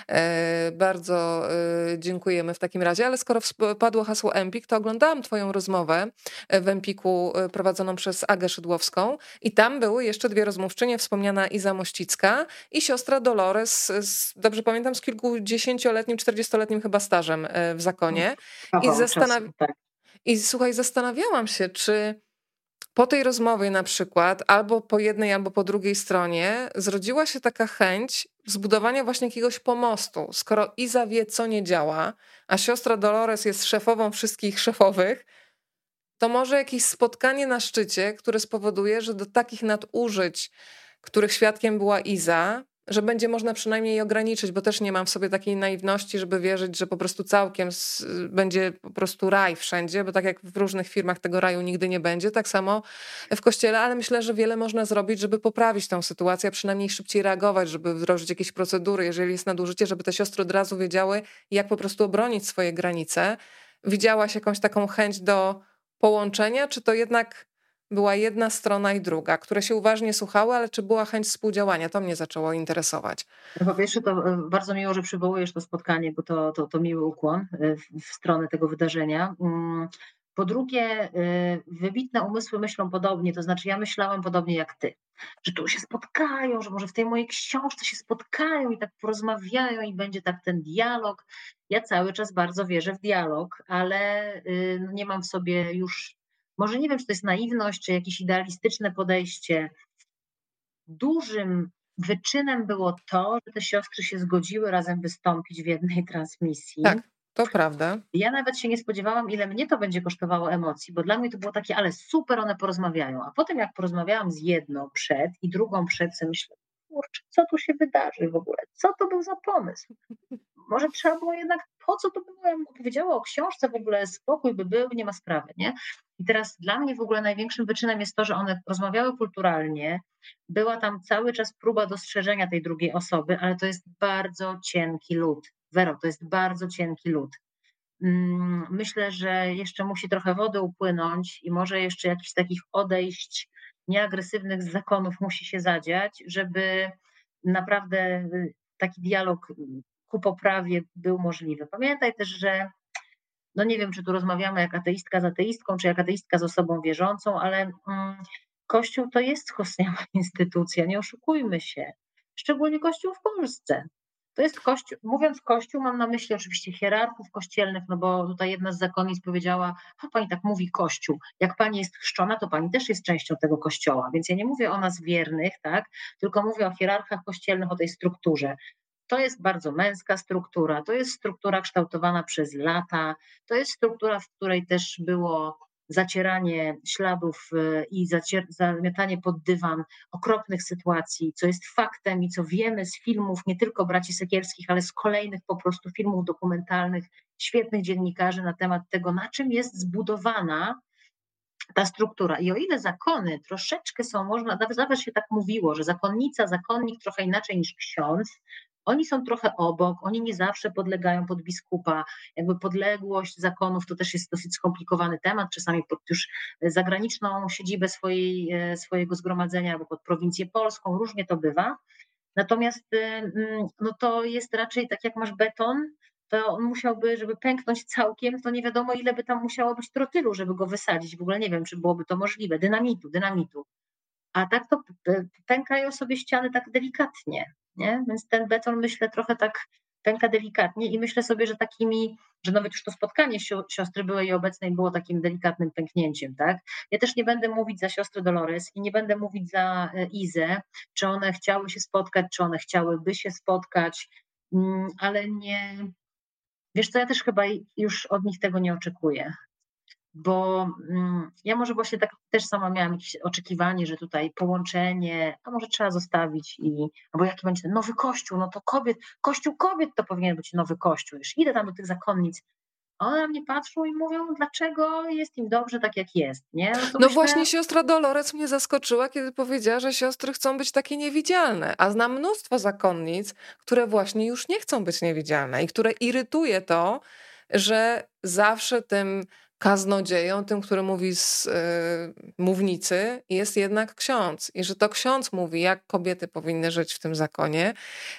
Bardzo dziękujemy w takim razie, ale skoro padło hasło Empik, to oglądałam twoją rozmowę w Empiku prowadzoną przez Agę Szydłowską i tam były jeszcze dwie rozmówczynie, wspomniana Iza Mościcka i siostra Dolores, dobrze pamiętam, z kilkudziesięcioletnim, 40-letnim chyba stażem w zakonie. I Kawał czasu, tak. I słuchaj, zastanawiałam się, czy po tej rozmowie na przykład, albo po jednej, albo po drugiej stronie, zrodziła się taka chęć zbudowania właśnie jakiegoś pomostu. Skoro Iza wie, co nie działa, a siostra Dolores jest szefową wszystkich szefowych, to może jakieś spotkanie na szczycie, które spowoduje, że do takich nadużyć, których świadkiem była Iza, że będzie można przynajmniej ograniczyć, bo też nie mam w sobie takiej naiwności, żeby wierzyć, że po prostu całkiem będzie po prostu raj wszędzie, bo tak jak w różnych firmach tego raju nigdy nie będzie, tak samo w kościele, ale myślę, że wiele można zrobić, żeby poprawić tę sytuację, a przynajmniej szybciej reagować, żeby wdrożyć jakieś procedury, jeżeli jest nadużycie, żeby te siostry od razu wiedziały, jak po prostu obronić swoje granice. Widziałaś jakąś taką chęć do połączenia, czy to jednak była jedna strona i druga, które się uważnie słuchały, ale czy była chęć współdziałania? To mnie zaczęło interesować. No po pierwsze, to bardzo miło, że przywołujesz to spotkanie, bo to miły ukłon w stronę tego wydarzenia. Po drugie, wybitne umysły myślą podobnie, to znaczy ja myślałam podobnie jak ty, że tu się spotkają, że może w tej mojej książce się spotkają i tak porozmawiają i będzie tak ten dialog. Ja cały czas bardzo wierzę w dialog, ale nie mam w sobie już, może nie wiem, czy to jest naiwność, czy jakieś idealistyczne podejście. Dużym wyczynem było to, że te siostry się zgodziły razem wystąpić w jednej transmisji. Tak, to prawda. Ja nawet się nie spodziewałam, ile mnie to będzie kosztowało emocji, bo dla mnie to było takie, ale super, one porozmawiają. A potem jak porozmawiałam z jedną przed i drugą przed, sobie myślę, kurczę, co tu się wydarzy w ogóle? Co to był za pomysł? Może trzeba było jednak, po co to było? Ja bym opowiedziała o książce, w ogóle spokój by był, nie ma sprawy, nie? I teraz dla mnie w ogóle największym wyczynem jest to, że one rozmawiały kulturalnie, była tam cały czas próba dostrzeżenia tej drugiej osoby, ale to jest bardzo cienki lód. Wero, to jest bardzo cienki lód. Myślę, że jeszcze musi trochę wody upłynąć i może jeszcze jakichś takich odejść nieagresywnych z zakonów musi się zadziać, żeby naprawdę taki dialog ku poprawie był możliwy. Pamiętaj też, że no nie wiem, czy tu rozmawiamy jak ateistka z ateistką, czy jak ateistka z osobą wierzącą, ale Kościół to jest skostniała instytucja, nie oszukujmy się. Szczególnie Kościół w Polsce. To jest Kościół, mówiąc Kościół, mam na myśli oczywiście hierarchów kościelnych, no bo tutaj jedna z zakonnic powiedziała, a pani tak mówi Kościół, jak pani jest chrzczona, to pani też jest częścią tego Kościoła, więc ja nie mówię o nas wiernych, tak, tylko mówię o hierarchach kościelnych, o tej strukturze. To jest bardzo męska struktura, to jest struktura kształtowana przez lata, to jest struktura, w której też było zacieranie śladów i zamiatanie pod dywan okropnych sytuacji, co jest faktem i co wiemy z filmów nie tylko braci Sekielskich, ale z kolejnych po prostu filmów dokumentalnych, świetnych dziennikarzy na temat tego, na czym jest zbudowana ta struktura. I o ile zakony troszeczkę są, można, nawet się tak mówiło, że zakonnica, zakonnik trochę inaczej niż ksiądz, oni są trochę obok, oni nie zawsze podlegają pod biskupa. Jakby podległość zakonów to też jest dosyć skomplikowany temat, czasami pod już zagraniczną siedzibę swojego zgromadzenia albo pod prowincję polską, różnie to bywa. Natomiast no to jest raczej tak jak masz beton, to on musiałby, żeby pęknąć całkiem, to nie wiadomo ile by tam musiało być trotylu, żeby go wysadzić. W ogóle nie wiem, czy byłoby to możliwe. Dynamitu. A tak to pękają sobie ściany tak delikatnie, nie? Więc ten beton myślę trochę tak pęka delikatnie i myślę sobie, że takimi, że nawet już to spotkanie siostry byłej i obecnej było takim delikatnym pęknięciem, tak? Ja też nie będę mówić za siostrę Dolores i nie będę mówić za Izę, czy one chciały się spotkać, czy one chciałyby się spotkać, ale nie, wiesz co, ja też chyba już od nich tego nie oczekuję. Bo ja może właśnie tak też sama miałam jakieś oczekiwanie, że tutaj połączenie, a może trzeba zostawić albo jaki będzie ten nowy kościół, no to kościół kobiet to powinien być nowy kościół. Już idę tam do tych zakonnic, a one na mnie patrzą i mówią, dlaczego jest im dobrze tak jak jest, nie? No myślę, właśnie siostra Dolores mnie zaskoczyła, kiedy powiedziała, że siostry chcą być takie niewidzialne, a znam mnóstwo zakonnic, które właśnie już nie chcą być niewidzialne i które irytuje to, że zawsze tym kaznodzieją, tym, który mówi z mównicy, jest jednak ksiądz. I że to ksiądz mówi, jak kobiety powinny żyć w tym zakonie.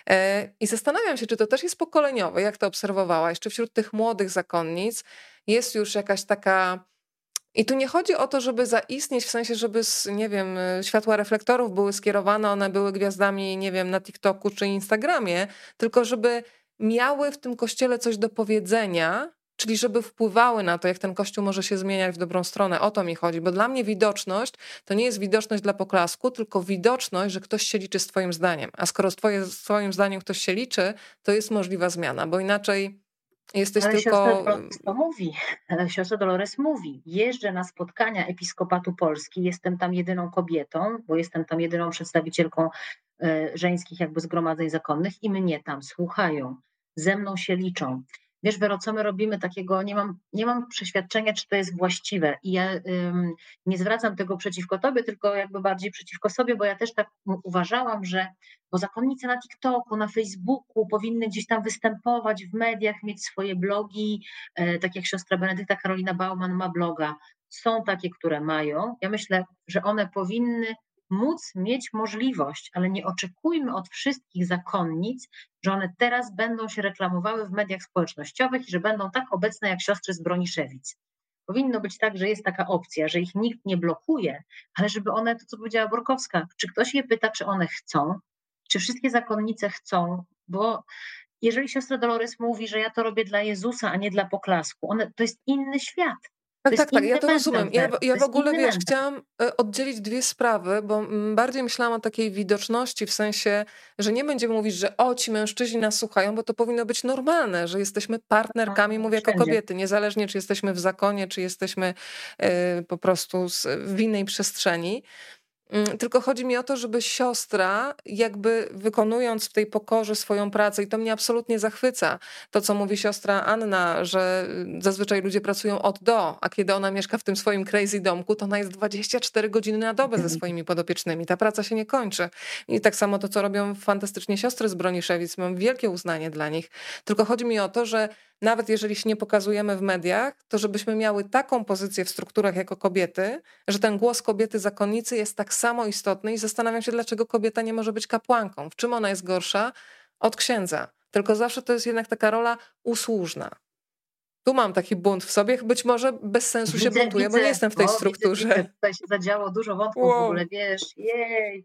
I zastanawiam się, czy to też jest pokoleniowe, jak to obserwowałaś, czy wśród tych młodych zakonnic jest już jakaś taka... I tu nie chodzi o to, żeby zaistnieć, w sensie, żeby, nie wiem, światła reflektorów były skierowane, one były gwiazdami, nie wiem, na TikToku czy Instagramie, tylko żeby miały w tym kościele coś do powiedzenia, czyli żeby wpływały na to, jak ten kościół może się zmieniać w dobrą stronę. O to mi chodzi, bo dla mnie widoczność to nie jest widoczność dla poklasku, tylko widoczność, że ktoś się liczy z twoim zdaniem. A skoro z twoim zdaniem ktoś się liczy, to jest możliwa zmiana, bo inaczej Jesteś Ale siostra tylko... Dolores to mówi. Siostra Dolores mówi: jeżdżę na spotkania Episkopatu Polski, jestem tam jedyną kobietą, bo jestem tam jedyną przedstawicielką żeńskich jakby zgromadzeń zakonnych i mnie tam słuchają, ze mną się liczą. Wiesz, Wero, co my robimy takiego, nie mam przeświadczenia, czy to jest właściwe i ja nie zwracam tego przeciwko tobie, tylko jakby bardziej przeciwko sobie, bo ja też tak uważałam, że bo zakonnice na TikToku, na Facebooku powinny gdzieś tam występować w mediach, mieć swoje blogi, tak jak siostra Benedykta Karolina Bauman ma bloga. Są takie, które mają. Ja myślę, że one powinny móc mieć możliwość, ale nie oczekujmy od wszystkich zakonnic, że one teraz będą się reklamowały w mediach społecznościowych i że będą tak obecne jak siostry z Broniszewic. Powinno być tak, że jest taka opcja, że ich nikt nie blokuje, ale żeby one, to co powiedziała Borkowska, czy ktoś je pyta, czy one chcą, czy wszystkie zakonnice chcą, bo jeżeli siostra Dolores mówi, że ja to robię dla Jezusa, a nie dla poklasku, to jest inny świat. To Tak, jest tak, tak, ja inny to rozumiem. mental, Ja, Wero, ja to w jest ogóle, inny wiesz, mental. chciałam oddzielić dwie sprawy, bo bardziej myślałam o takiej widoczności, w sensie, że nie będziemy mówić, że o, ci mężczyźni nas słuchają, bo to powinno być normalne, że jesteśmy partnerkami, mówię jako Wszędzie. kobiety, niezależnie czy jesteśmy w zakonie, czy jesteśmy po prostu w innej przestrzeni. Tylko chodzi mi o to, żeby siostra, jakby wykonując w tej pokorze swoją pracę, i to mnie absolutnie zachwyca, to co mówi siostra Anna, że zazwyczaj ludzie pracują od do, a kiedy ona mieszka w tym swoim crazy domku, to ona jest 24 godziny na dobę ze swoimi podopiecznymi. Ta praca się nie kończy. I tak samo to, co robią fantastycznie siostry z Broniszewic, mam wielkie uznanie dla nich. Tylko chodzi mi o to, że nawet jeżeli się nie pokazujemy w mediach, to żebyśmy miały taką pozycję w strukturach jako kobiety, że ten głos kobiety zakonnicy jest tak samo istotny i zastanawiam się, dlaczego kobieta nie może być kapłanką. W czym ona jest gorsza od księdza? Tylko zawsze to jest jednak taka rola usłużna. Tu mam taki bunt w sobie, być może bez sensu się buntuję, bo nie jestem w tej strukturze. Tutaj się zadziało dużo wątków w ogóle, Wow. wiesz, jej.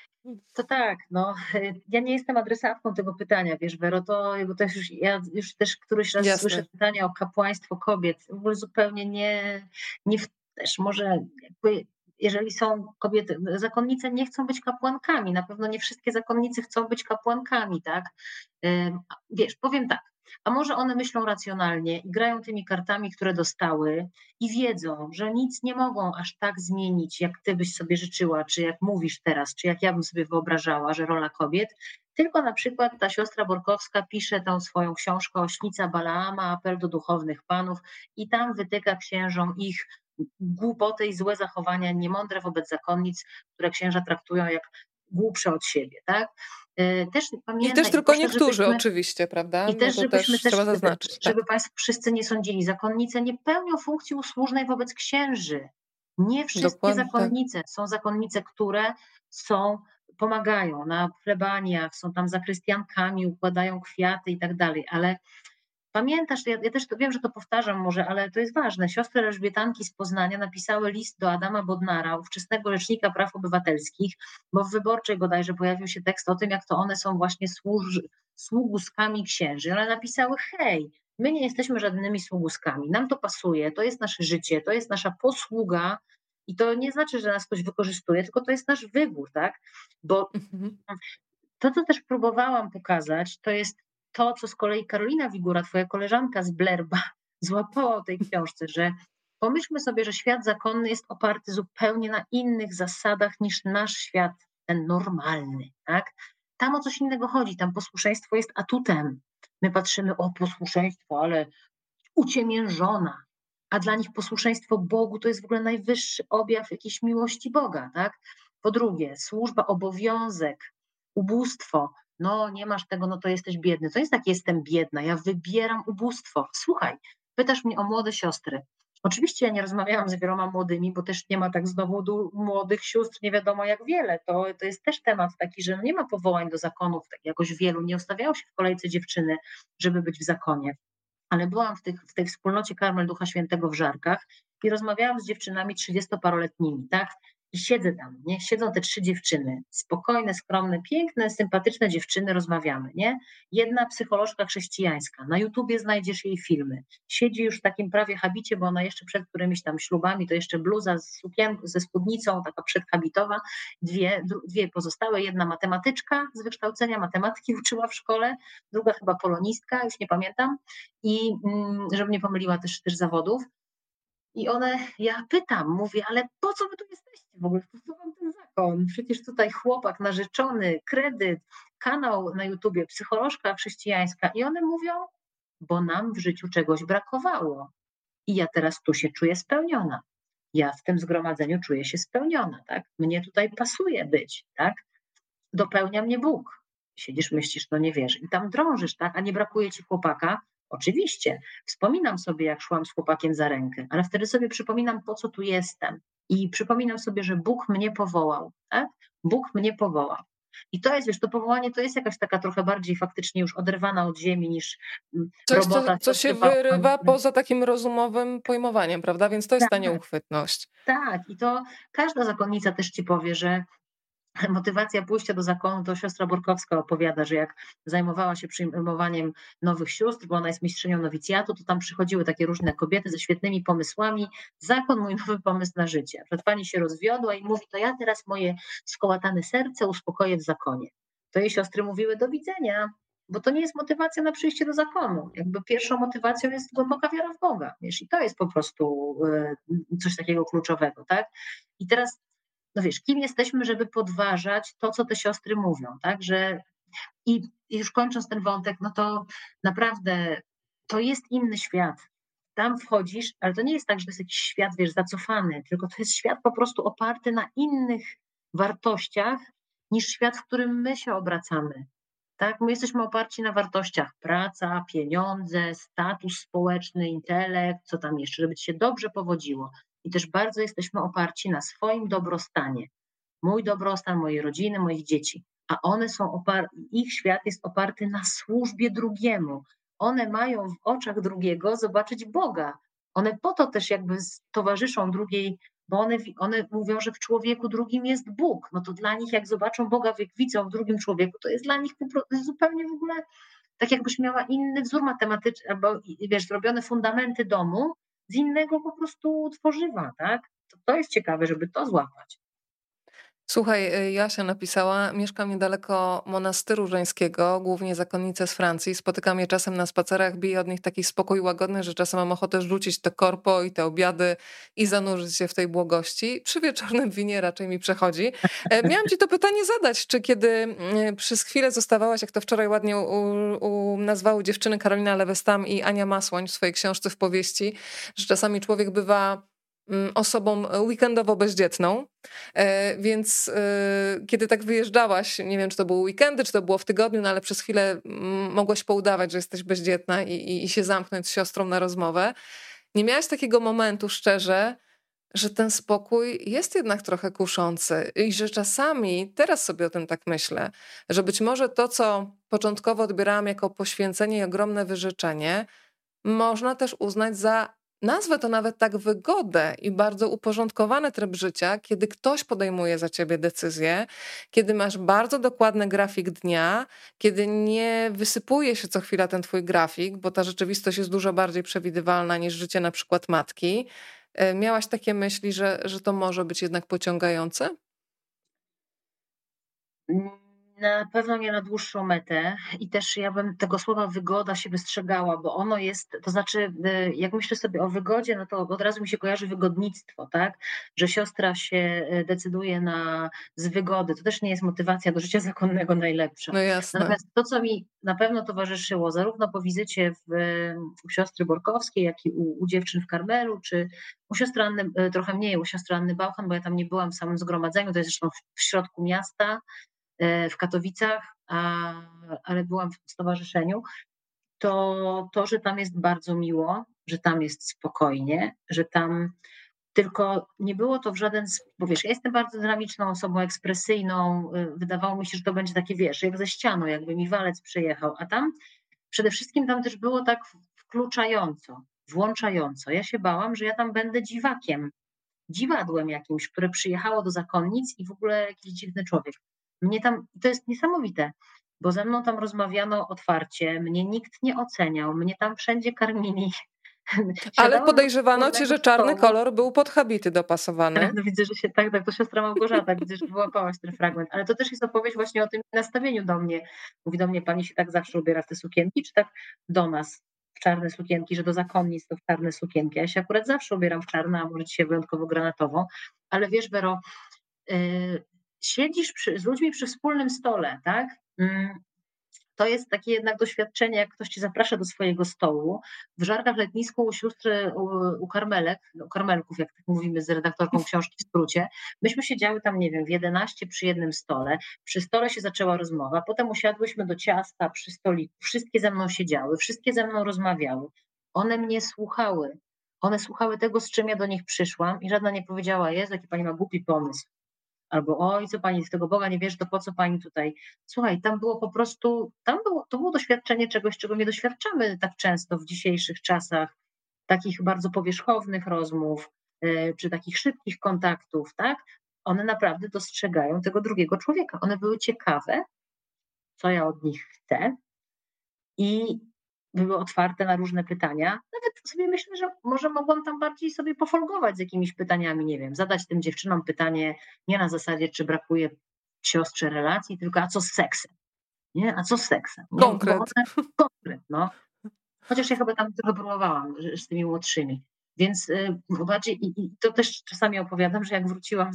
To tak, no, ja nie jestem adresatką tego pytania, wiesz, Wero, bo też ja już też któryś raz słyszę Jasne. pytania o kapłaństwo kobiet, w ogóle zupełnie też może jakby, jeżeli są kobiety, zakonnice nie chcą być kapłankami, na pewno nie wszystkie zakonnice chcą być kapłankami, tak? Wiesz, powiem tak, a może one myślą racjonalnie i grają tymi kartami, które dostały i wiedzą, że nic nie mogą aż tak zmienić, jak ty byś sobie życzyła, czy jak mówisz teraz, czy jak ja bym sobie wyobrażała, że rola kobiet, tylko na przykład ta siostra Borkowska pisze tą swoją książkę Ośnica Balaama, apel do duchownych panów i tam wytyka księżom ich głupoty i złe zachowania, niemądre wobec zakonnic, które księża traktują jak głupsze od siebie, tak? Też I też pamiętaj, tylko niektórzy oczywiście, prawda? i No też, to żebyśmy też trzeba zaznaczyć. Tak. żeby Państwo wszyscy nie sądzili, zakonnice nie pełnią funkcji usłużnej wobec księży. Nie wszystkie Dokładnie tak. zakonnice. Są zakonnice, które pomagają na plebaniach, są tam zakrystiankami, układają kwiaty i tak dalej, ale pamiętasz, ja też to wiem, że to powtarzam może, ale to jest ważne. Siostry Elżbietanki z Poznania napisały list do Adama Bodnara, ówczesnego rzecznika praw obywatelskich, bo w Wyborczej bodajże pojawił się tekst o tym, jak to one są właśnie sługuskami księży. One napisały, hej, my nie jesteśmy żadnymi sługuskami, nam to pasuje, to jest nasze życie, to jest nasza posługa i to nie znaczy, że nas ktoś wykorzystuje, tylko to jest nasz wybór, tak? Bo Mhm. to, co też próbowałam pokazać, to jest to, co z kolei Karolina Wigura, twoja koleżanka z Blerba, złapała o tej książce, że pomyślmy sobie, że świat zakonny jest oparty zupełnie na innych zasadach niż nasz świat, ten normalny, tak? Tam o coś innego chodzi, tam posłuszeństwo jest atutem. My patrzymy, o posłuszeństwo, ale uciemiężona, a dla nich posłuszeństwo Bogu to jest w ogóle najwyższy objaw jakiejś miłości Boga, tak? Po drugie, służba, obowiązek, ubóstwo. No, nie masz tego, no to jesteś biedny. To jest tak, jestem biedna, ja wybieram ubóstwo. Słuchaj, pytasz mnie o młode siostry. Oczywiście ja nie rozmawiałam z wieloma młodymi, bo też nie ma tak znowu młodych sióstr, nie wiadomo jak wiele. To jest też temat taki, że nie ma powołań do zakonów, tak jakoś wielu. Nie ustawiało się w kolejce dziewczyny, żeby być w zakonie. Ale byłam w tej wspólnocie Karmel Ducha Świętego w Żarkach i rozmawiałam z dziewczynami 30-paroletnimi, tak? I siedzę tam, nie? Siedzą te 3 dziewczyny, spokojne, skromne, piękne, sympatyczne dziewczyny, rozmawiamy, nie? Jedna psycholożka chrześcijańska, na YouTubie znajdziesz jej filmy. Siedzi już w takim prawie habicie, bo ona jeszcze przed którymiś tam ślubami, to jeszcze bluza z sukienką, ze spódnicą, taka przedhabitowa. Dwie pozostałe, jedna matematyczka z wykształcenia, matematyki uczyła w szkole, druga chyba polonistka, już nie pamiętam. I żeby nie pomyliła też zawodów. I ja pytam, mówię, ale po co wy tu jesteście w ogóle? Po co wam ten zakon? Przecież tutaj chłopak narzeczony, kredyt, kanał na YouTubie, psycholożka chrześcijańska. I one mówią, bo nam w życiu czegoś brakowało. I ja teraz tu się czuję spełniona. Ja w tym zgromadzeniu czuję się spełniona, tak? Mnie tutaj pasuje być, tak? Dopełnia mnie Bóg. Siedzisz, myślisz, no nie wiesz. I tam drążysz, tak? A nie brakuje ci chłopaka? Oczywiście. Wspominam sobie, jak szłam z chłopakiem za rękę, ale wtedy sobie przypominam, po co tu jestem. I przypominam sobie, że Bóg mnie powołał, tak? Bóg mnie powołał. I to jest, wiesz, to powołanie to jest jakaś taka trochę bardziej faktycznie już oderwana od ziemi niż Coś, robota. co się wyrywa poza takim rozumowym pojmowaniem, prawda? Więc to jest ta Tak, nieuchwytność. tak. I to każda zakonnica też ci powie, że motywacja pójścia do zakonu, to siostra Borkowska opowiada, że jak zajmowała się przyjmowaniem nowych sióstr, bo ona jest mistrzynią nowicjatu, to tam przychodziły takie różne kobiety ze świetnymi pomysłami. Zakon, mój nowy pomysł na życie. Przed pani się rozwiodła i mówi, to ja teraz moje skołatane serce uspokoję w zakonie. To jej siostry mówiły, do widzenia, bo to nie jest motywacja na przyjście do zakonu. Jakby pierwszą motywacją jest głęboka wiara w Boga, wiesz, i to jest po prostu coś takiego kluczowego, tak? I teraz no wiesz, kim jesteśmy, żeby podważać to, co te siostry mówią, tak, że i już kończąc ten wątek, no to naprawdę to jest inny świat. Tam wchodzisz, ale to nie jest tak, że to jest jakiś świat, wiesz, zacofany, tylko to jest świat po prostu oparty na innych wartościach niż świat, w którym my się obracamy. Tak? My jesteśmy oparci na wartościach praca, pieniądze, status społeczny, intelekt, co tam jeszcze, żeby ci się dobrze powodziło. I też bardzo jesteśmy oparci na swoim dobrostanie. Mój dobrostan, mojej rodziny, moich dzieci. A one są ich świat jest oparty na służbie drugiemu. One mają w oczach drugiego zobaczyć Boga. One po to też jakby towarzyszą drugiej, bo one mówią, że w człowieku drugim jest Bóg. No to dla nich, jak zobaczą Boga, jak widzą w drugim człowieku, to jest dla nich zupełnie w ogóle tak, jakbyś miała inny wzór matematyczny, albo wiesz, zrobione fundamenty domu z innego po prostu tworzywa, tak? To jest ciekawe, żeby to złapać. Słuchaj, Jasia napisała, mieszkam niedaleko monastyru żeńskiego, głównie zakonnice z Francji. Spotykam je czasem na spacerach, bije od nich taki spokój łagodny, że czasem mam ochotę rzucić te korpo i te obiady i zanurzyć się w tej błogości. Przy wieczornym winie raczej mi przechodzi. Miałam ci to pytanie zadać, czy kiedy przez chwilę zostawałaś, jak to wczoraj ładnie nazwały dziewczyny Karolina Lewestam i Ania Masłoń w swojej książce w powieści, że czasami człowiek bywa osobą weekendowo bezdzietną, więc kiedy tak wyjeżdżałaś, nie wiem, czy to były weekendy, czy to było w tygodniu, no ale przez chwilę mogłaś poudawać, że jesteś bezdzietna i się zamknąć z siostrą na rozmowę. Nie miałaś takiego momentu szczerze, że ten spokój jest jednak trochę kuszący i że czasami, teraz sobie o tym tak myślę, że być może to, co początkowo odbierałam jako poświęcenie i ogromne wyrzeczenie, można też uznać za, nazwę to nawet tak, wygodę i bardzo uporządkowany tryb życia, kiedy ktoś podejmuje za ciebie decyzję, kiedy masz bardzo dokładny grafik dnia, kiedy nie wysypuje się co chwila ten twój grafik, bo ta rzeczywistość jest dużo bardziej przewidywalna niż życie na przykład matki. Miałaś takie myśli, że to może być jednak pociągające? Na pewno nie na dłuższą metę i też ja bym tego słowa wygoda się wystrzegała, bo ono jest, to znaczy jak myślę sobie o wygodzie, no to od razu mi się kojarzy wygodnictwo, tak? Że siostra się decyduje z wygody. To też nie jest motywacja do życia zakonnego najlepsza. No jasne. Natomiast to, co mi na pewno towarzyszyło, zarówno po wizycie u siostry Borkowskiej, jak i u dziewczyn w Karmelu, czy u siostry Anny, trochę mniej u siostry Anny Bauchan, bo ja tam nie byłam w samym zgromadzeniu, to jest zresztą w środku miasta, w Katowicach, ale byłam w stowarzyszeniu, to, że tam jest bardzo miło, że tam jest spokojnie, że tam tylko nie było to w żaden sposób, bo wiesz, ja jestem bardzo dynamiczną osobą, ekspresyjną, wydawało mi się, że to będzie takie, wiesz, jak ze ścianą, jakby mi walec przejechał, a tam przede wszystkim tam też było tak wkluczająco, włączająco. Ja się bałam, że ja tam będę dziwakiem, dziwadłem jakimś, które przyjechało do zakonnic i w ogóle jakiś dziwny człowiek. Mnie tam, to jest niesamowite, bo ze mną tam rozmawiano otwarcie, mnie nikt nie oceniał, mnie tam wszędzie karmili. Ale Siadałam do podejrzewano cię, wspólnego że czarny stołu. kolor był pod habity dopasowany. No widzę, że się tak, to siostra Małgorzata, widzę, że wyłapałaś ten fragment, ale to też jest opowieść właśnie o tym nastawieniu do mnie. Mówi do mnie, pani się tak zawsze ubiera w te sukienki, czy tak do nas w czarne sukienki, że do zakonnic to w czarne sukienki. Ja się akurat zawsze ubieram w czarne, a może dzisiaj wyjątkowo granatową, ale wiesz, Wero, siedzisz z ludźmi przy wspólnym stole, tak? To jest takie jednak doświadczenie, jak ktoś cię zaprasza do swojego stołu. W Żarkach letnisku u sióstr, u Karmelek, u Karmelków, jak tak mówimy z redaktorką książki w skrócie, myśmy siedziały tam, nie wiem, w 11 przy jednym stole. Przy stole się zaczęła rozmowa, potem usiadłyśmy do ciasta przy stoliku. Wszystkie ze mną siedziały, wszystkie ze mną rozmawiały. One mnie słuchały. One słuchały tego, z czym ja do nich przyszłam i żadna nie powiedziała, Jezu, jaki pani ma głupi pomysł. Albo oj, co pani w tego Boga nie wierzy, to po co pani tutaj? Słuchaj, tam było po prostu, to było doświadczenie czegoś, czego nie doświadczamy tak często w dzisiejszych czasach, takich bardzo powierzchownych rozmów, czy takich szybkich kontaktów, tak? One naprawdę dostrzegają tego drugiego człowieka. One były ciekawe, co ja od nich chcę i były otwarte na różne pytania. Nawet sobie myślę, że może mogłam tam bardziej sobie pofolgować z jakimiś pytaniami, nie wiem, zadać tym dziewczynom pytanie nie na zasadzie, czy brakuje siostrze relacji, tylko a co z seksem? Nie? A co z seksem? Nie? Bo Konkret. one, konkret, no. Chociaż ja chyba tam trochę próbowałam z tymi młodszymi. Więc bardziej, i to też czasami opowiadam, że jak wróciłam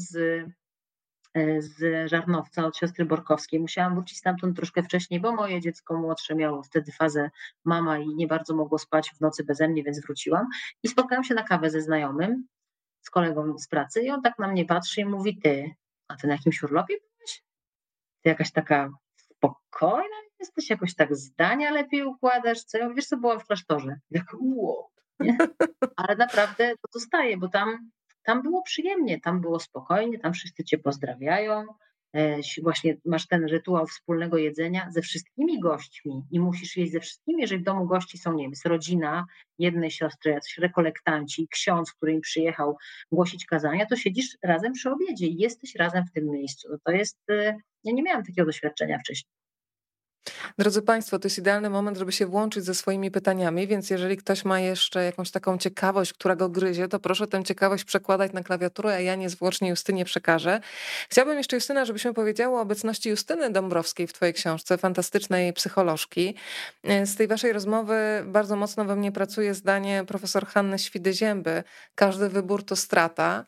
z Żarnowca od siostry Borkowskiej. Musiałam wrócić stamtąd troszkę wcześniej, bo moje dziecko młodsze miało wtedy fazę mama i nie bardzo mogło spać w nocy beze mnie, więc wróciłam. I spotkałam się na kawę ze znajomym, z kolegą z pracy i on tak na mnie patrzy i mówi, ty, a ty na jakimś urlopie byłeś? Ty jakaś taka spokojna jesteś, jakoś tak zdania lepiej układasz, co? Ja mówię, wiesz co, byłam w klasztorze. Jak wow, nie? Ale naprawdę to zostaje, bo tam było przyjemnie, tam było spokojnie, tam wszyscy cię pozdrawiają. Właśnie masz ten rytuał wspólnego jedzenia ze wszystkimi gośćmi i musisz jeść ze wszystkimi. Jeżeli w domu gości są, nie wiem, jest rodzina jednej siostry, jacyś rekolektanci, ksiądz, który im przyjechał głosić kazania, to siedzisz razem przy obiedzie i jesteś razem w tym miejscu. No to jest, ja nie miałam takiego doświadczenia wcześniej. Drodzy Państwo, to jest idealny moment, żeby się włączyć ze swoimi pytaniami, więc jeżeli ktoś ma jeszcze jakąś taką ciekawość, która go gryzie, to proszę tę ciekawość przekładać na klawiaturę, a ja niezwłocznie Justynie przekażę. Chciałabym jeszcze, Justyna, żebyśmy powiedziały o obecności Justyny Dąbrowskiej w twojej książce, fantastycznej psycholożki. Z tej waszej rozmowy bardzo mocno we mnie pracuje zdanie profesor Hanny Świdy-Zięby: każdy wybór to strata.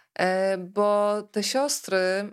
Bo te siostry,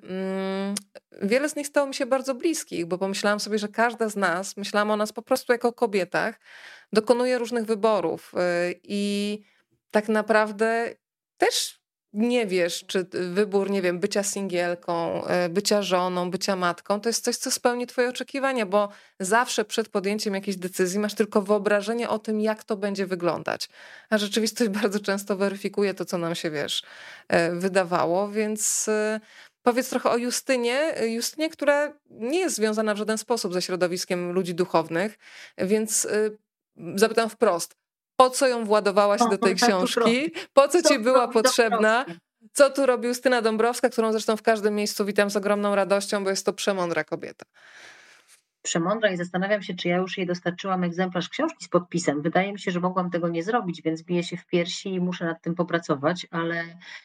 wiele z nich stało mi się bardzo bliskich, bo pomyślałam sobie, że każda z nas, myślałam o nas po prostu jako o kobietach, dokonuje różnych wyborów i tak naprawdę też nie wiesz, czy wybór, nie wiem, bycia singielką, bycia żoną, bycia matką, to jest coś, co spełni twoje oczekiwania, bo zawsze przed podjęciem jakiejś decyzji masz tylko wyobrażenie o tym, jak to będzie wyglądać. A rzeczywistość bardzo często weryfikuje to, co nam się, wiesz, wydawało, więc powiedz trochę o Justynie, która nie jest związana w żaden sposób ze środowiskiem ludzi duchownych, więc zapytam wprost, po co ją władowałaś do tej książki? Po co ci była potrzebna? Co tu robi Justyna Dąbrowska, którą zresztą w każdym miejscu witam z ogromną radością, bo jest to przemądra kobieta. Przemądra i zastanawiam się, czy ja już jej dostarczyłam egzemplarz książki z podpisem. Wydaje mi się, że mogłam tego nie zrobić, więc biję się w piersi i muszę nad tym popracować, ale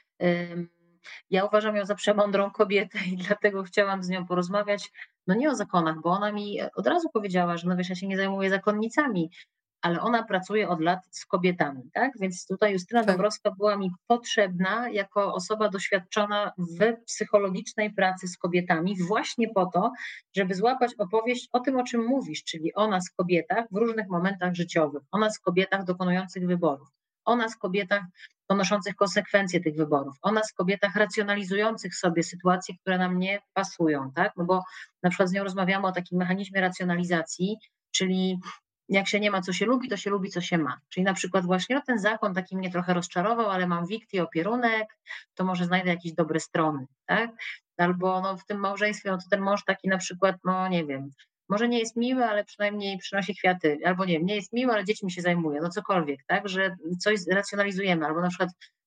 ja uważam ją za przemądrą kobietę i dlatego chciałam z nią porozmawiać, no nie o zakonach, bo ona mi od razu powiedziała, że no wiesz, ja się nie zajmuję zakonnicami, ale ona pracuje od lat z kobietami, tak? Więc tutaj Justyna Dąbrowska była mi potrzebna jako osoba doświadczona w psychologicznej pracy z kobietami właśnie po to, żeby złapać opowieść o tym, o czym mówisz, czyli o nas kobietach w różnych momentach życiowych, o nas kobietach dokonujących wyborów, o nas kobietach ponoszących konsekwencje tych wyborów, o nas kobietach racjonalizujących sobie sytuacje, które nam nie pasują, tak? No bo na przykład z nią rozmawiamy o takim mechanizmie racjonalizacji, czyli jak się nie ma, co się lubi, to się lubi, co się ma. Czyli na przykład właśnie no ten zakon taki mnie trochę rozczarował, ale mam wikt i opierunek, to może znajdę jakieś dobre strony, tak? Albo no w tym małżeństwie, no to ten mąż taki na przykład, no nie wiem, może nie jest miły, ale przynajmniej przynosi kwiaty, albo nie wiem, nie jest miły, ale dziećmi się zajmuje, no cokolwiek, tak? Że coś racjonalizujemy, albo na przykład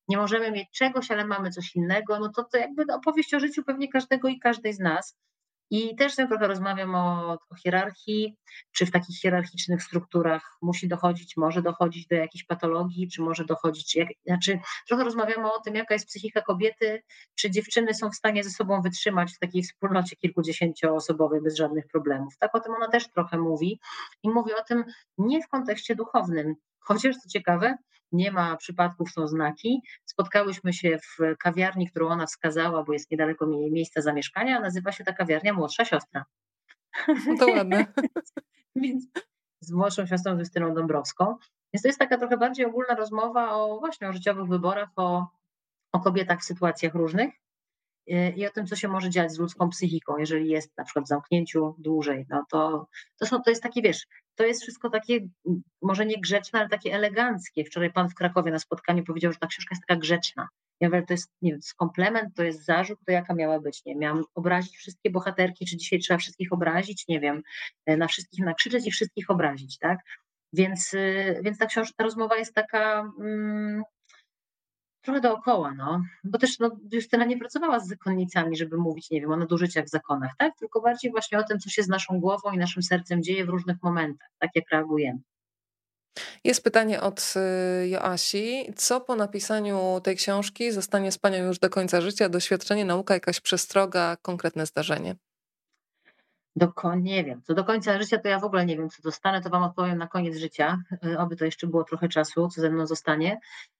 nie możemy mieć czegoś, ale mamy coś innego, no to jakby opowieść o życiu pewnie każdego i każdej z nas. I też ja trochę rozmawiam o hierarchii, czy w takich hierarchicznych strukturach musi dochodzić, może dochodzić do jakiejś patologii, czy może dochodzić, znaczy trochę rozmawiamy o tym, jaka jest psychika kobiety, czy dziewczyny są w stanie ze sobą wytrzymać w takiej wspólnocie kilkudziesięcioosobowej bez żadnych problemów. Tak o tym ona też trochę mówi i mówi o tym nie w kontekście duchownym, chociaż co ciekawe, nie ma przypadków, są znaki. Spotkałyśmy się w kawiarni, którą ona wskazała, bo jest niedaleko jej miejsca zamieszkania, a nazywa się ta kawiarnia Młodsza Siostra. No to ładne. Więc z młodszą siostrą Justyną Dąbrowską. Więc to jest taka trochę bardziej ogólna rozmowa o właśnie o życiowych wyborach, o kobietach w sytuacjach różnych i o tym, co się może dziać z ludzką psychiką, jeżeli jest na przykład w zamknięciu dłużej. No to jest takie, wiesz, to jest wszystko takie, może nie grzeczne, ale takie eleganckie. Wczoraj pan w Krakowie na spotkaniu powiedział, że ta książka jest taka grzeczna. Ja mówię, to jest, nie wiem, to jest komplement, to jest zarzut, to jaka miała być? Nie, miałam obrazić wszystkie bohaterki, czy dzisiaj trzeba wszystkich obrazić? Nie wiem, na wszystkich nakrzyczeć i wszystkich obrazić, tak? Więc ta książka, ta rozmowa jest taka trochę dookoła, no. Bo też Justyna nie pracowała z zakonnicami, żeby mówić, nie wiem, o nadużyciach w zakonach, tak? Tylko bardziej właśnie o tym, co się z naszą głową i naszym sercem dzieje w różnych momentach, tak jak reagujemy. Jest pytanie od Joasi. Co po napisaniu tej książki zostanie z panią już do końca życia? Doświadczenie, nauka, jakaś przestroga, konkretne zdarzenie? Nie wiem. Co do końca życia, to ja w ogóle nie wiem, co dostanę, to wam odpowiem na koniec życia. Oby to jeszcze było trochę czasu, co ze mną zostanie.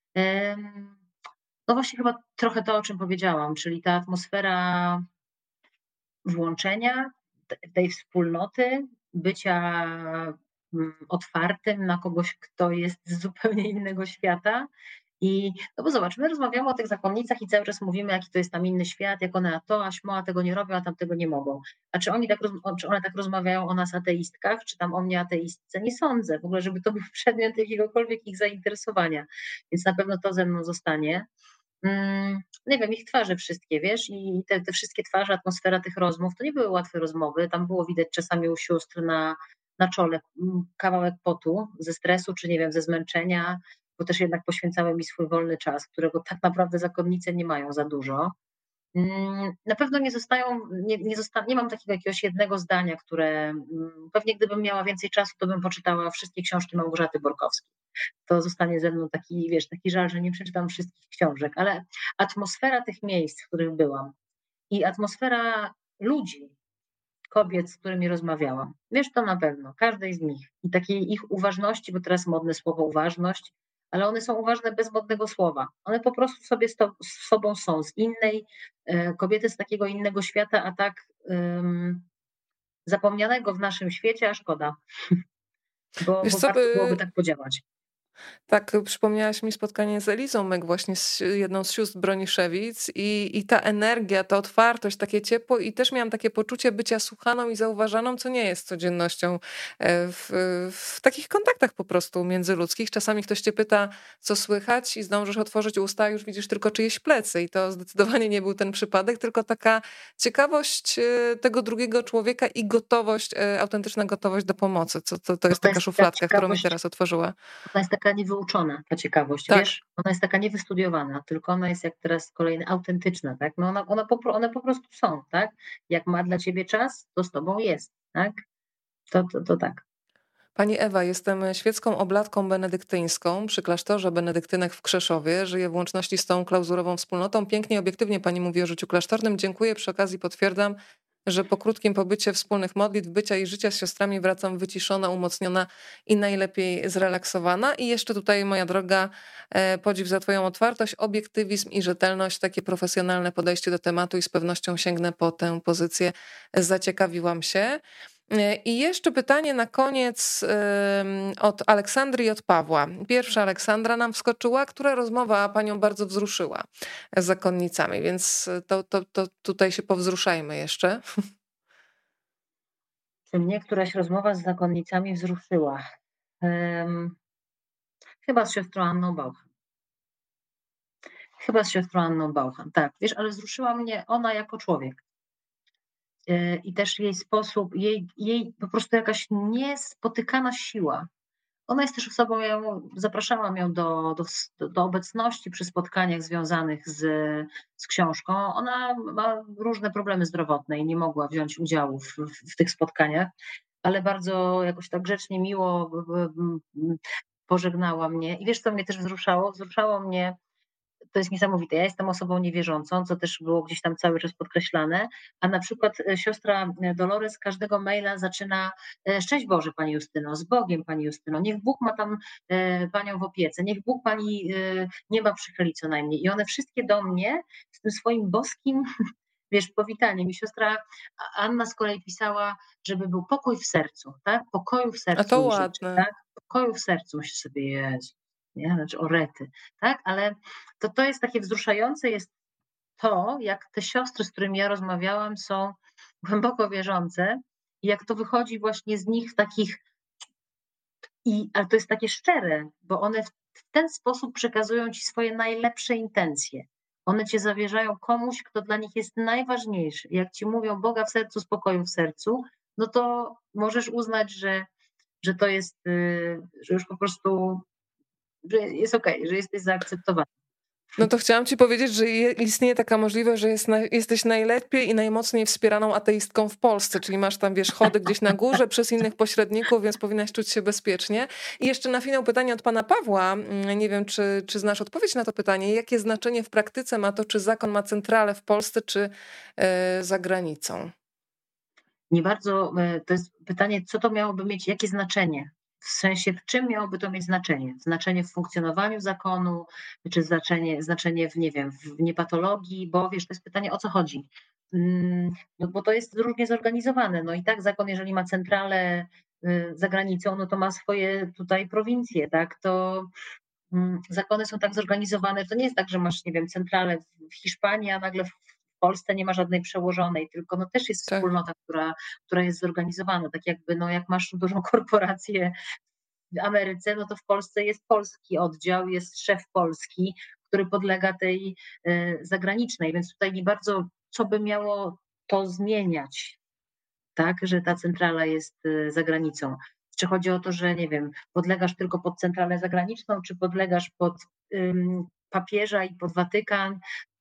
No właśnie chyba trochę to, o czym powiedziałam, czyli ta atmosfera włączenia, tej wspólnoty, bycia otwartym na kogoś, kto jest z zupełnie innego świata. No bo zobacz, my rozmawiamy o tych zakonnicach i cały czas mówimy, jaki to jest tam inny świat, jak one a tego nie robią, a tamtego nie mogą. A czy one tak rozmawiają o nas ateistkach, czy tam o mnie ateistce? Nie sądzę w ogóle, żeby to był przedmiot jakiegokolwiek ich zainteresowania. Więc na pewno to ze mną zostanie. Nie wiem, ich twarze wszystkie, wiesz, i te wszystkie twarze, atmosfera tych rozmów, to nie były łatwe rozmowy, tam było widać czasami u sióstr na czole kawałek potu ze stresu, czy nie wiem, ze zmęczenia, bo też jednak poświęcały mi swój wolny czas, którego tak naprawdę zakonnice nie mają za dużo. Na pewno nie zostają, nie mam takiego jakiegoś jednego zdania, które pewnie gdybym miała więcej czasu, to bym poczytała wszystkie książki Małgorzaty Borkowskiej. To zostanie ze mną taki, wiesz, taki żal, że nie przeczytam wszystkich książek, ale atmosfera tych miejsc, w których byłam i atmosfera ludzi, kobiet, z którymi rozmawiałam, wiesz, to na pewno, każdej z nich i takiej ich uważności, bo teraz modne słowo uważność, ale one są uważne bez modnego słowa. One po prostu sobie z sobą są, z innej kobiety, z takiego innego świata, a tak zapomnianego w naszym świecie, a szkoda, bo Wiesz co, warto byłoby tak podziałać. tak, przypomniałaś mi spotkanie z Elizą Mek, właśnie z jedną z sióstr Broniszewic i ta energia, ta otwartość, takie ciepło i też miałam takie poczucie bycia słuchaną i zauważaną, co nie jest codziennością w takich kontaktach po prostu międzyludzkich. Czasami ktoś cię pyta, co słychać i zdążysz otworzyć usta, już widzisz tylko czyjeś plecy i to zdecydowanie nie był ten przypadek, tylko taka ciekawość tego drugiego człowieka i gotowość, autentyczna gotowość do pomocy. To jest taka szufladka, którą mi teraz otworzyła. Ona jest taka niewyuczona, ta ciekawość, Tak. wiesz? Ona jest taka niewystudiowana, tylko ona jest jak teraz kolejny autentyczna, tak? No one po prostu są, tak? Jak ma dla ciebie czas, to z tobą jest, tak? To tak. Pani Ewa, jestem świecką oblatką benedyktyńską przy klasztorze benedyktynek w Krzeszowie. Żyję w łączności z tą klauzurową wspólnotą. Pięknie, obiektywnie pani mówi o życiu klasztornym. Dziękuję. Przy okazji potwierdzam, że po krótkim pobycie wspólnych modlitw, bycia i życia z siostrami wracam wyciszona, umocniona i najlepiej zrelaksowana. I jeszcze tutaj, moja droga, podziw za twoją otwartość, obiektywizm i rzetelność, takie profesjonalne podejście do tematu i z pewnością sięgnę po tę pozycję. Zaciekawiłam się. I jeszcze pytanie na koniec od Aleksandry i od Pawła. Pierwsza Aleksandra nam wskoczyła, która rozmowa panią bardzo wzruszyła z zakonnicami, więc to tutaj się powzruszajmy jeszcze. Czy mnie któraś rozmowa z zakonnicami wzruszyła? Chyba z siostrą Anną Bauchan. Tak. Wiesz, ale wzruszyła mnie ona jako człowiek. I też jej sposób, jej po prostu jakaś niespotykana siła. Ona jest też osobą, ja zapraszałam ją do obecności przy spotkaniach związanych z książką. Ona ma różne problemy zdrowotne i nie mogła wziąć udziału w tych spotkaniach, ale bardzo jakoś tak grzecznie, miło pożegnała mnie. I wiesz, co mnie też wzruszało? Wzruszało mnie, to jest niesamowite. Ja jestem osobą niewierzącą, co też było gdzieś tam cały czas podkreślane, a na przykład siostra Dolores każdego maila zaczyna: Szczęść Boże Pani Justyno, z Bogiem Pani Justyno, niech Bóg ma tam Panią w opiece, niech Bóg Pani nieba przychyli co najmniej. I one wszystkie do mnie z tym swoim boskim, wiesz, powitaniem. I siostra Anna z kolei pisała, żeby był pokój w sercu, tak? Pokoju w A to sercu życzę, ładne. tak? Pokoju w sercu, myślę sobie, Jezu, nie? Znaczy orety, tak? Ale to jest takie wzruszające, jest to, jak te siostry, z którymi ja rozmawiałam, są głęboko wierzące i jak to wychodzi właśnie z nich w takich, ale to jest takie szczere, bo one w ten sposób przekazują ci swoje najlepsze intencje. One cię zawierzają komuś, kto dla nich jest najważniejszy. Jak ci mówią Boga w sercu, spokoju w sercu, no to możesz uznać, że to jest, że już po prostu, że jest okej, że jesteś zaakceptowany. No to chciałam ci powiedzieć, że istnieje taka możliwość, że jesteś najlepiej i najmocniej wspieraną ateistką w Polsce, czyli masz tam, wiesz, chody gdzieś na górze przez innych pośredników, więc powinnaś czuć się bezpiecznie. I jeszcze na finał pytanie od pana Pawła. Nie wiem, czy znasz odpowiedź na to pytanie. Jakie znaczenie w praktyce ma to, czy zakon ma centralę w Polsce, czy za granicą? Nie bardzo, to jest pytanie, co to miałoby mieć, jakie znaczenie? W sensie, w czym miałoby to mieć znaczenie? Znaczenie w funkcjonowaniu zakonu, czy znaczenie w, nie wiem, w niepatologii, bo wiesz, to jest pytanie, o co chodzi. No bo to jest różnie zorganizowane. No i tak zakon, jeżeli ma centralę za granicą, no to ma swoje tutaj prowincje, tak? To zakony są tak zorganizowane, to nie jest tak, że masz, nie wiem, centralę w Hiszpanii, a nagle w Polsce nie ma żadnej przełożonej, tylko no też jest Tak. wspólnota, która jest zorganizowana. Tak jakby, no jak masz dużą korporację w Ameryce, no to w Polsce jest polski oddział, jest szef polski, który podlega tej zagranicznej, więc tutaj nie bardzo, co by miało to zmieniać, tak, że ta centrala jest za granicą. Czy chodzi o to, że nie wiem, podlegasz tylko pod centralę zagraniczną, czy podlegasz pod papieża i pod Watykan?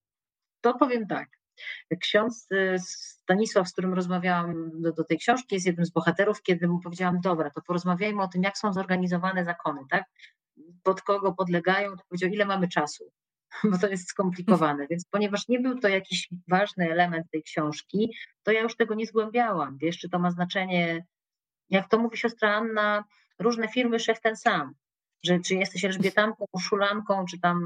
To powiem tak. Ksiądz Stanisław, z którym rozmawiałam do tej książki, jest jednym z bohaterów, kiedy mu powiedziałam, dobra, to porozmawiajmy o tym, jak są zorganizowane zakony, tak? Pod kogo podlegają, to powiedział, ile mamy czasu, bo to jest skomplikowane. Więc ponieważ nie był to jakiś ważny element tej książki, to ja już tego nie zgłębiałam. Wiesz, czy to ma znaczenie, jak to mówi siostra Anna, różne firmy, szef ten sam. Że czy jesteś Elżbietanką, Szulanką, czy tam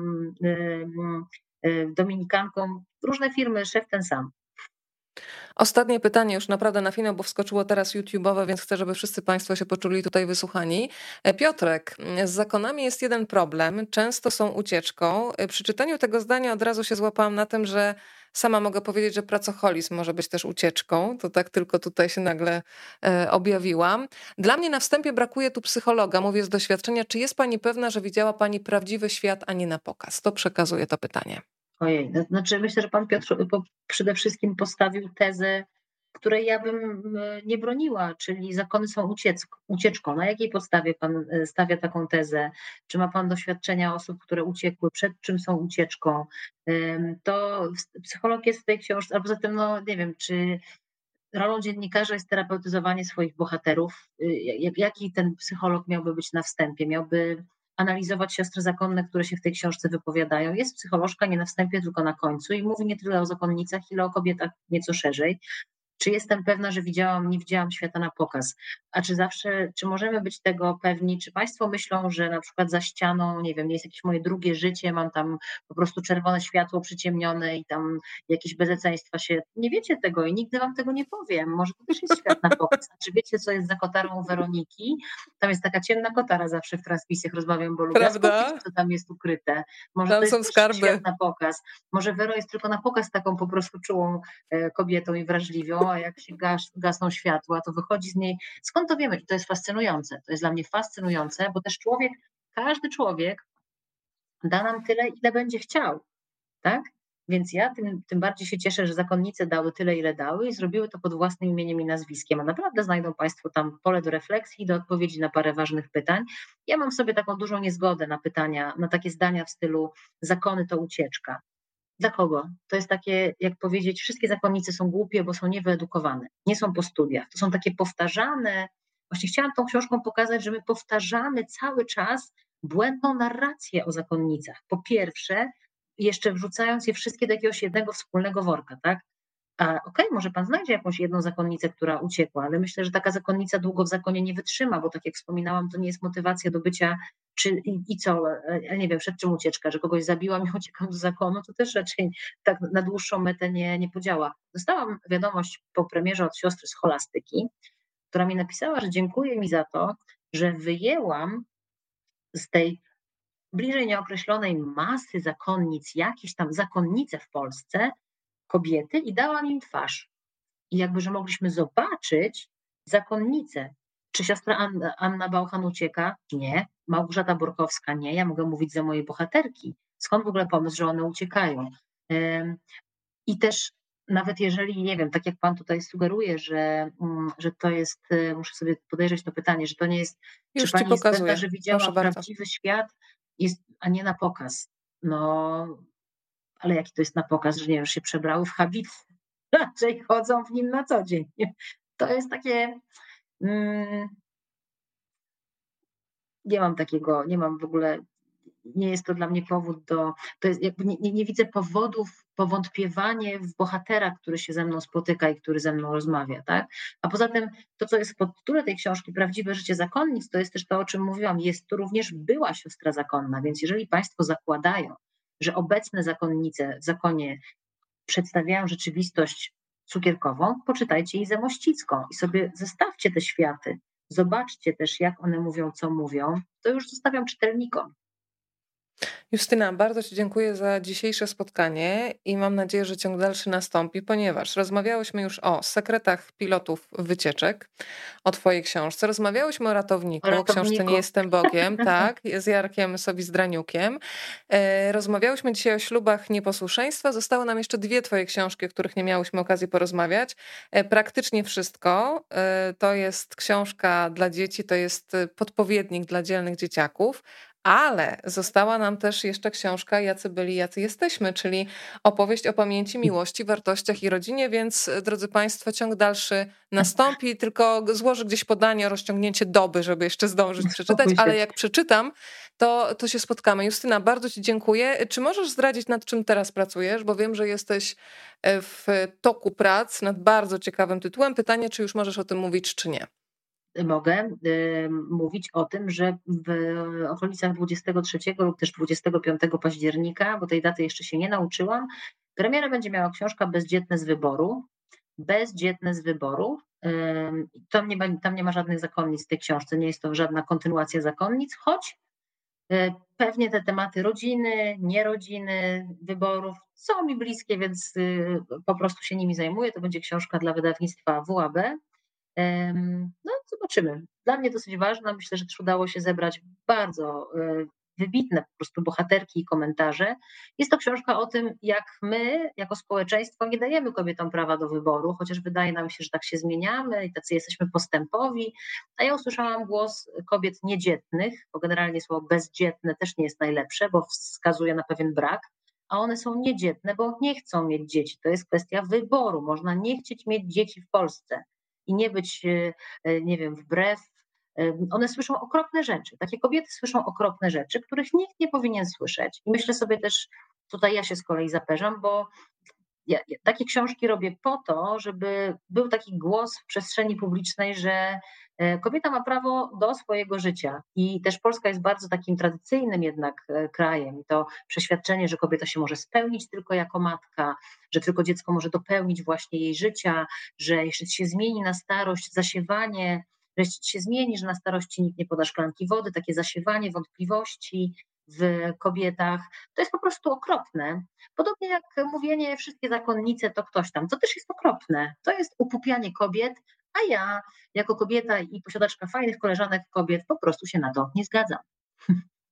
Dominikanką, różne firmy, szef ten sam. Ostatnie pytanie już naprawdę na finał, bo wskoczyło teraz YouTube'owe, więc chcę, żeby wszyscy państwo się poczuli tutaj wysłuchani. Piotrek, z zakonami jest jeden problem, często są ucieczką. Przy czytaniu tego zdania od razu się złapałam na tym, że sama mogę powiedzieć, że pracoholizm może być też ucieczką. To tak tylko tutaj się nagle objawiłam. Dla mnie na wstępie brakuje tu psychologa, mówię z doświadczenia. Czy jest pani pewna, że widziała pani prawdziwy świat, a nie na pokaz? To przekazuję to pytanie. Ojej, to znaczy myślę, że pan Piotr przede wszystkim postawił tezę, której ja bym nie broniła, czyli zakony są ucieczką. Na jakiej podstawie pan stawia taką tezę? Czy ma pan doświadczenia osób, które uciekły, przed czym są ucieczką? To psycholog jest w tej książce, a poza tym, no nie wiem, czy rolą dziennikarza jest terapeutyzowanie swoich bohaterów. Jaki ten psycholog miałby być na wstępie? Miałby analizować siostry zakonne, które się w tej książce wypowiadają. Jest psycholożka nie na wstępie, tylko na końcu i mówi nie tyle o zakonnicach, ile o kobietach nieco szerzej. Czy jestem pewna, że nie widziałam świata na pokaz? A czy możemy być tego pewni? Czy państwo myślą, że na przykład za ścianą, nie wiem, jest jakieś moje drugie życie, mam tam po prostu czerwone światło przyciemnione i tam jakieś bezeceństwa się... Nie wiecie tego i nigdy wam tego nie powiem. Może to też jest świat na pokaz. A czy wiecie, co jest za kotarą Weroniki? Tam jest taka ciemna kotara zawsze w transmisjach, rozmawiam, bo lubię. A skąd wiecie, Prawda? co tam jest ukryte? Może to Tam jest są też świat skarby. na pokaz. Może Wero jest tylko na pokaz taką po prostu czułą kobietą i wrażliwią, a jak się gasną światła, to wychodzi z niej. Skąd to wiemy? To jest fascynujące. To jest dla mnie fascynujące, bo też każdy człowiek da nam tyle, ile będzie chciał, tak? Więc ja tym bardziej się cieszę, że zakonnice dały tyle, ile dały i zrobiły to pod własnym imieniem i nazwiskiem. A naprawdę znajdą Państwo tam pole do refleksji i do odpowiedzi na parę ważnych pytań. Ja mam w sobie taką dużą niezgodę na pytania, na takie zdania w stylu zakony to ucieczka. Dla kogo? To jest takie, jak powiedzieć, wszystkie zakonnice są głupie, bo są niewyedukowane, nie są po studiach. To są takie powtarzane. Właśnie chciałam tą książką pokazać, że my powtarzamy cały czas błędną narrację o zakonnicach. Po pierwsze, jeszcze wrzucając je wszystkie do jakiegoś jednego wspólnego worka, tak? A okej, może pan znajdzie jakąś jedną zakonnicę, która uciekła, ale myślę, że taka zakonnica długo w zakonie nie wytrzyma, bo tak jak wspominałam, to nie jest motywacja do bycia, i co, nie wiem, przed czym ucieczka, że kogoś zabiłam i uciekam do zakonu, to też raczej tak na dłuższą metę nie podziała. Dostałam wiadomość po premierze od siostry z holastyki, która mi napisała, że dziękuję mi za to, że wyjęłam z tej bliżej nieokreślonej masy zakonnic, jakieś tam zakonnice w Polsce, kobiety i dałam im twarz. I jakby, że mogliśmy zobaczyć zakonnicę. Czy siostra Anna Bauchan ucieka? Nie. Małgorzata Borkowska? Nie. Ja mogę mówić za moje bohaterki. Skąd w ogóle pomysł, że one uciekają? I też nawet jeżeli, nie wiem, tak jak pan tutaj sugeruje, że to jest, muszę sobie podejrzeć to pytanie, że to nie jest, Już czy ci pani jest pewna, pokazuję. że Proszę widziała bardzo. prawdziwy świat, a nie na pokaz. No, ale jaki to jest na pokaz, że nie wiem, że się przebrały w habit, raczej chodzą w nim na co dzień. To jest takie, nie mam takiego, nie mam w ogóle, nie jest to dla mnie powód to jest jakby nie widzę powodów powątpiewanie w bohatera, który się ze mną spotyka i który ze mną rozmawia, tak? A poza tym to, co jest w podtytule tej książki, Prawdziwe życie zakonnic, to jest też to, o czym mówiłam, jest to również była siostra zakonna, więc jeżeli Państwo zakładają, że obecne zakonnice w zakonie przedstawiają rzeczywistość cukierkową, poczytajcie Izę Mościcką i sobie zestawcie te światy. Zobaczcie też, jak one mówią, co mówią. To już zostawiam czytelnikom. Justyna, bardzo Ci dziękuję za dzisiejsze spotkanie i mam nadzieję, że ciąg dalszy nastąpi, ponieważ rozmawiałyśmy już o sekretach pilotów wycieczek, o Twojej książce, rozmawiałyśmy o ratowniku, o książce Nie jestem Bogiem, tak, z Jarkiem Sobizdraniukiem. Rozmawiałyśmy dzisiaj o ślubach nieposłuszeństwa. Zostały nam jeszcze 2 Twoje książki, o których nie miałyśmy okazji porozmawiać. Praktycznie wszystko. To jest książka dla dzieci, to jest podpowiednik dla dzielnych dzieciaków. Ale została nam też jeszcze książka Jacy byli, jacy jesteśmy, czyli opowieść o pamięci, miłości, wartościach i rodzinie, więc drodzy Państwo, ciąg dalszy nastąpi, tylko złożę gdzieś podanie o rozciągnięcie doby, żeby jeszcze zdążyć przeczytać, ale jak przeczytam, to się spotkamy. Justyna, bardzo Ci dziękuję. Czy możesz zdradzić, nad czym teraz pracujesz? Bo wiem, że jesteś w toku prac nad bardzo ciekawym tytułem. Pytanie, czy już możesz o tym mówić, czy nie? Mogę mówić o tym, że w okolicach 23 lub też 25 października, bo tej daty jeszcze się nie nauczyłam, premierę będzie miała książka Bezdzietne z wyboru. Bezdzietne z wyboru. Tam nie ma żadnych zakonnic w tej książce, nie jest to żadna kontynuacja zakonnic, choć pewnie te tematy rodziny, nierodziny, wyborów są mi bliskie, więc po prostu się nimi zajmuję. To będzie książka dla wydawnictwa WAB. No, zobaczymy. Dla mnie dosyć ważna. Myślę, że też udało się zebrać bardzo wybitne po prostu bohaterki i komentarze. Jest to książka o tym, jak my jako społeczeństwo nie dajemy kobietom prawa do wyboru, chociaż wydaje nam się, że tak się zmieniamy i tacy jesteśmy postępowi. A ja usłyszałam głos kobiet niedzietnych, bo generalnie słowo bezdzietne też nie jest najlepsze, bo wskazuje na pewien brak. A one są niedzietne, bo nie chcą mieć dzieci. To jest kwestia wyboru. Można nie chcieć mieć dzieci w Polsce i nie być, nie wiem, wbrew. One słyszą okropne rzeczy. Takie kobiety słyszą okropne rzeczy, których nikt nie powinien słyszeć. I myślę sobie też, tutaj ja się z kolei zaperzam, bo ja takie książki robię po to, żeby był taki głos w przestrzeni publicznej, że kobieta ma prawo do swojego życia. I też Polska jest bardzo takim tradycyjnym jednak krajem. I to przeświadczenie, że kobieta się może spełnić tylko jako matka, że tylko dziecko może dopełnić właśnie jej życia, że jeśli się zmieni na starość, zasiewanie, że jeśli się zmieni, że na starości nikt nie poda szklanki wody, takie zasiewanie wątpliwości w kobietach, to jest po prostu okropne. Podobnie jak mówienie wszystkie zakonnice to ktoś tam, to też jest okropne. To jest upupianie kobiet, a ja jako kobieta i posiadaczka fajnych koleżanek kobiet po prostu się na to nie zgadzam.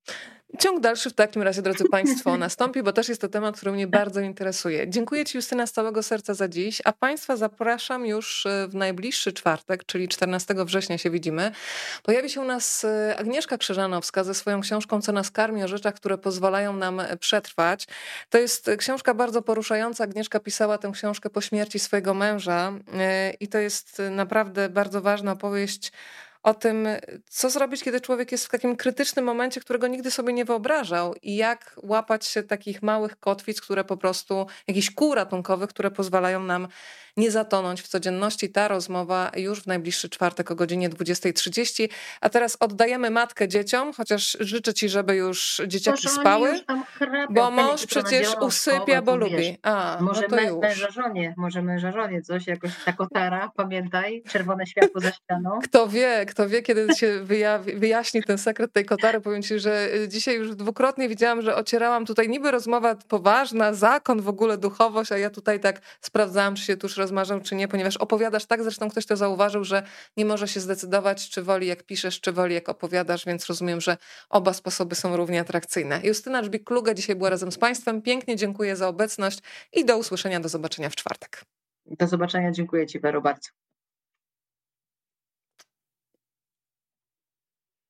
Ciąg dalszy w takim razie, drodzy Państwo, nastąpi, bo też jest to temat, który mnie bardzo interesuje. Dziękuję Ci, Justyna, z całego serca za dziś, a Państwa zapraszam już w najbliższy czwartek, czyli 14 września się widzimy. Pojawi się u nas Agnieszka Krzyżanowska ze swoją książką Co nas karmi, o rzeczach, które pozwalają nam przetrwać. To jest książka bardzo poruszająca. Agnieszka pisała tę książkę po śmierci swojego męża i to jest naprawdę bardzo ważna opowieść o tym, co zrobić, kiedy człowiek jest w takim krytycznym momencie, którego nigdy sobie nie wyobrażał i jak łapać się takich małych kotwic, które po prostu, jakichś kół ratunkowych, które pozwalają nam nie zatonąć w codzienności. Ta rozmowa już w najbliższy czwartek o godzinie 20:30. A teraz oddajemy matkę dzieciom, chociaż życzę Ci, żeby już dzieciaki spały, już tam chrapią. bo mąż przecież usypia, bo lubi. Może no to już. może męża żonie coś, jakoś ta kotara, pamiętaj, czerwone światło za ścianą. Kto wie, kiedy się wyjaśni ten sekret tej kotary. Powiem Ci, że dzisiaj już dwukrotnie widziałam, że ocierałam tutaj niby rozmowa poważna, zakon, w ogóle duchowość, a ja tutaj tak sprawdzałam, czy się tuż rozmarzam, czy nie, ponieważ opowiadasz tak, zresztą ktoś to zauważył, że nie może się zdecydować, czy woli jak piszesz, czy woli jak opowiadasz, więc rozumiem, że oba sposoby są równie atrakcyjne. Justyna Żbik-Kluge dzisiaj była razem z Państwem. Pięknie dziękuję za obecność i do usłyszenia, do zobaczenia w czwartek. Do zobaczenia, dziękuję Ci, Wero, bardzo.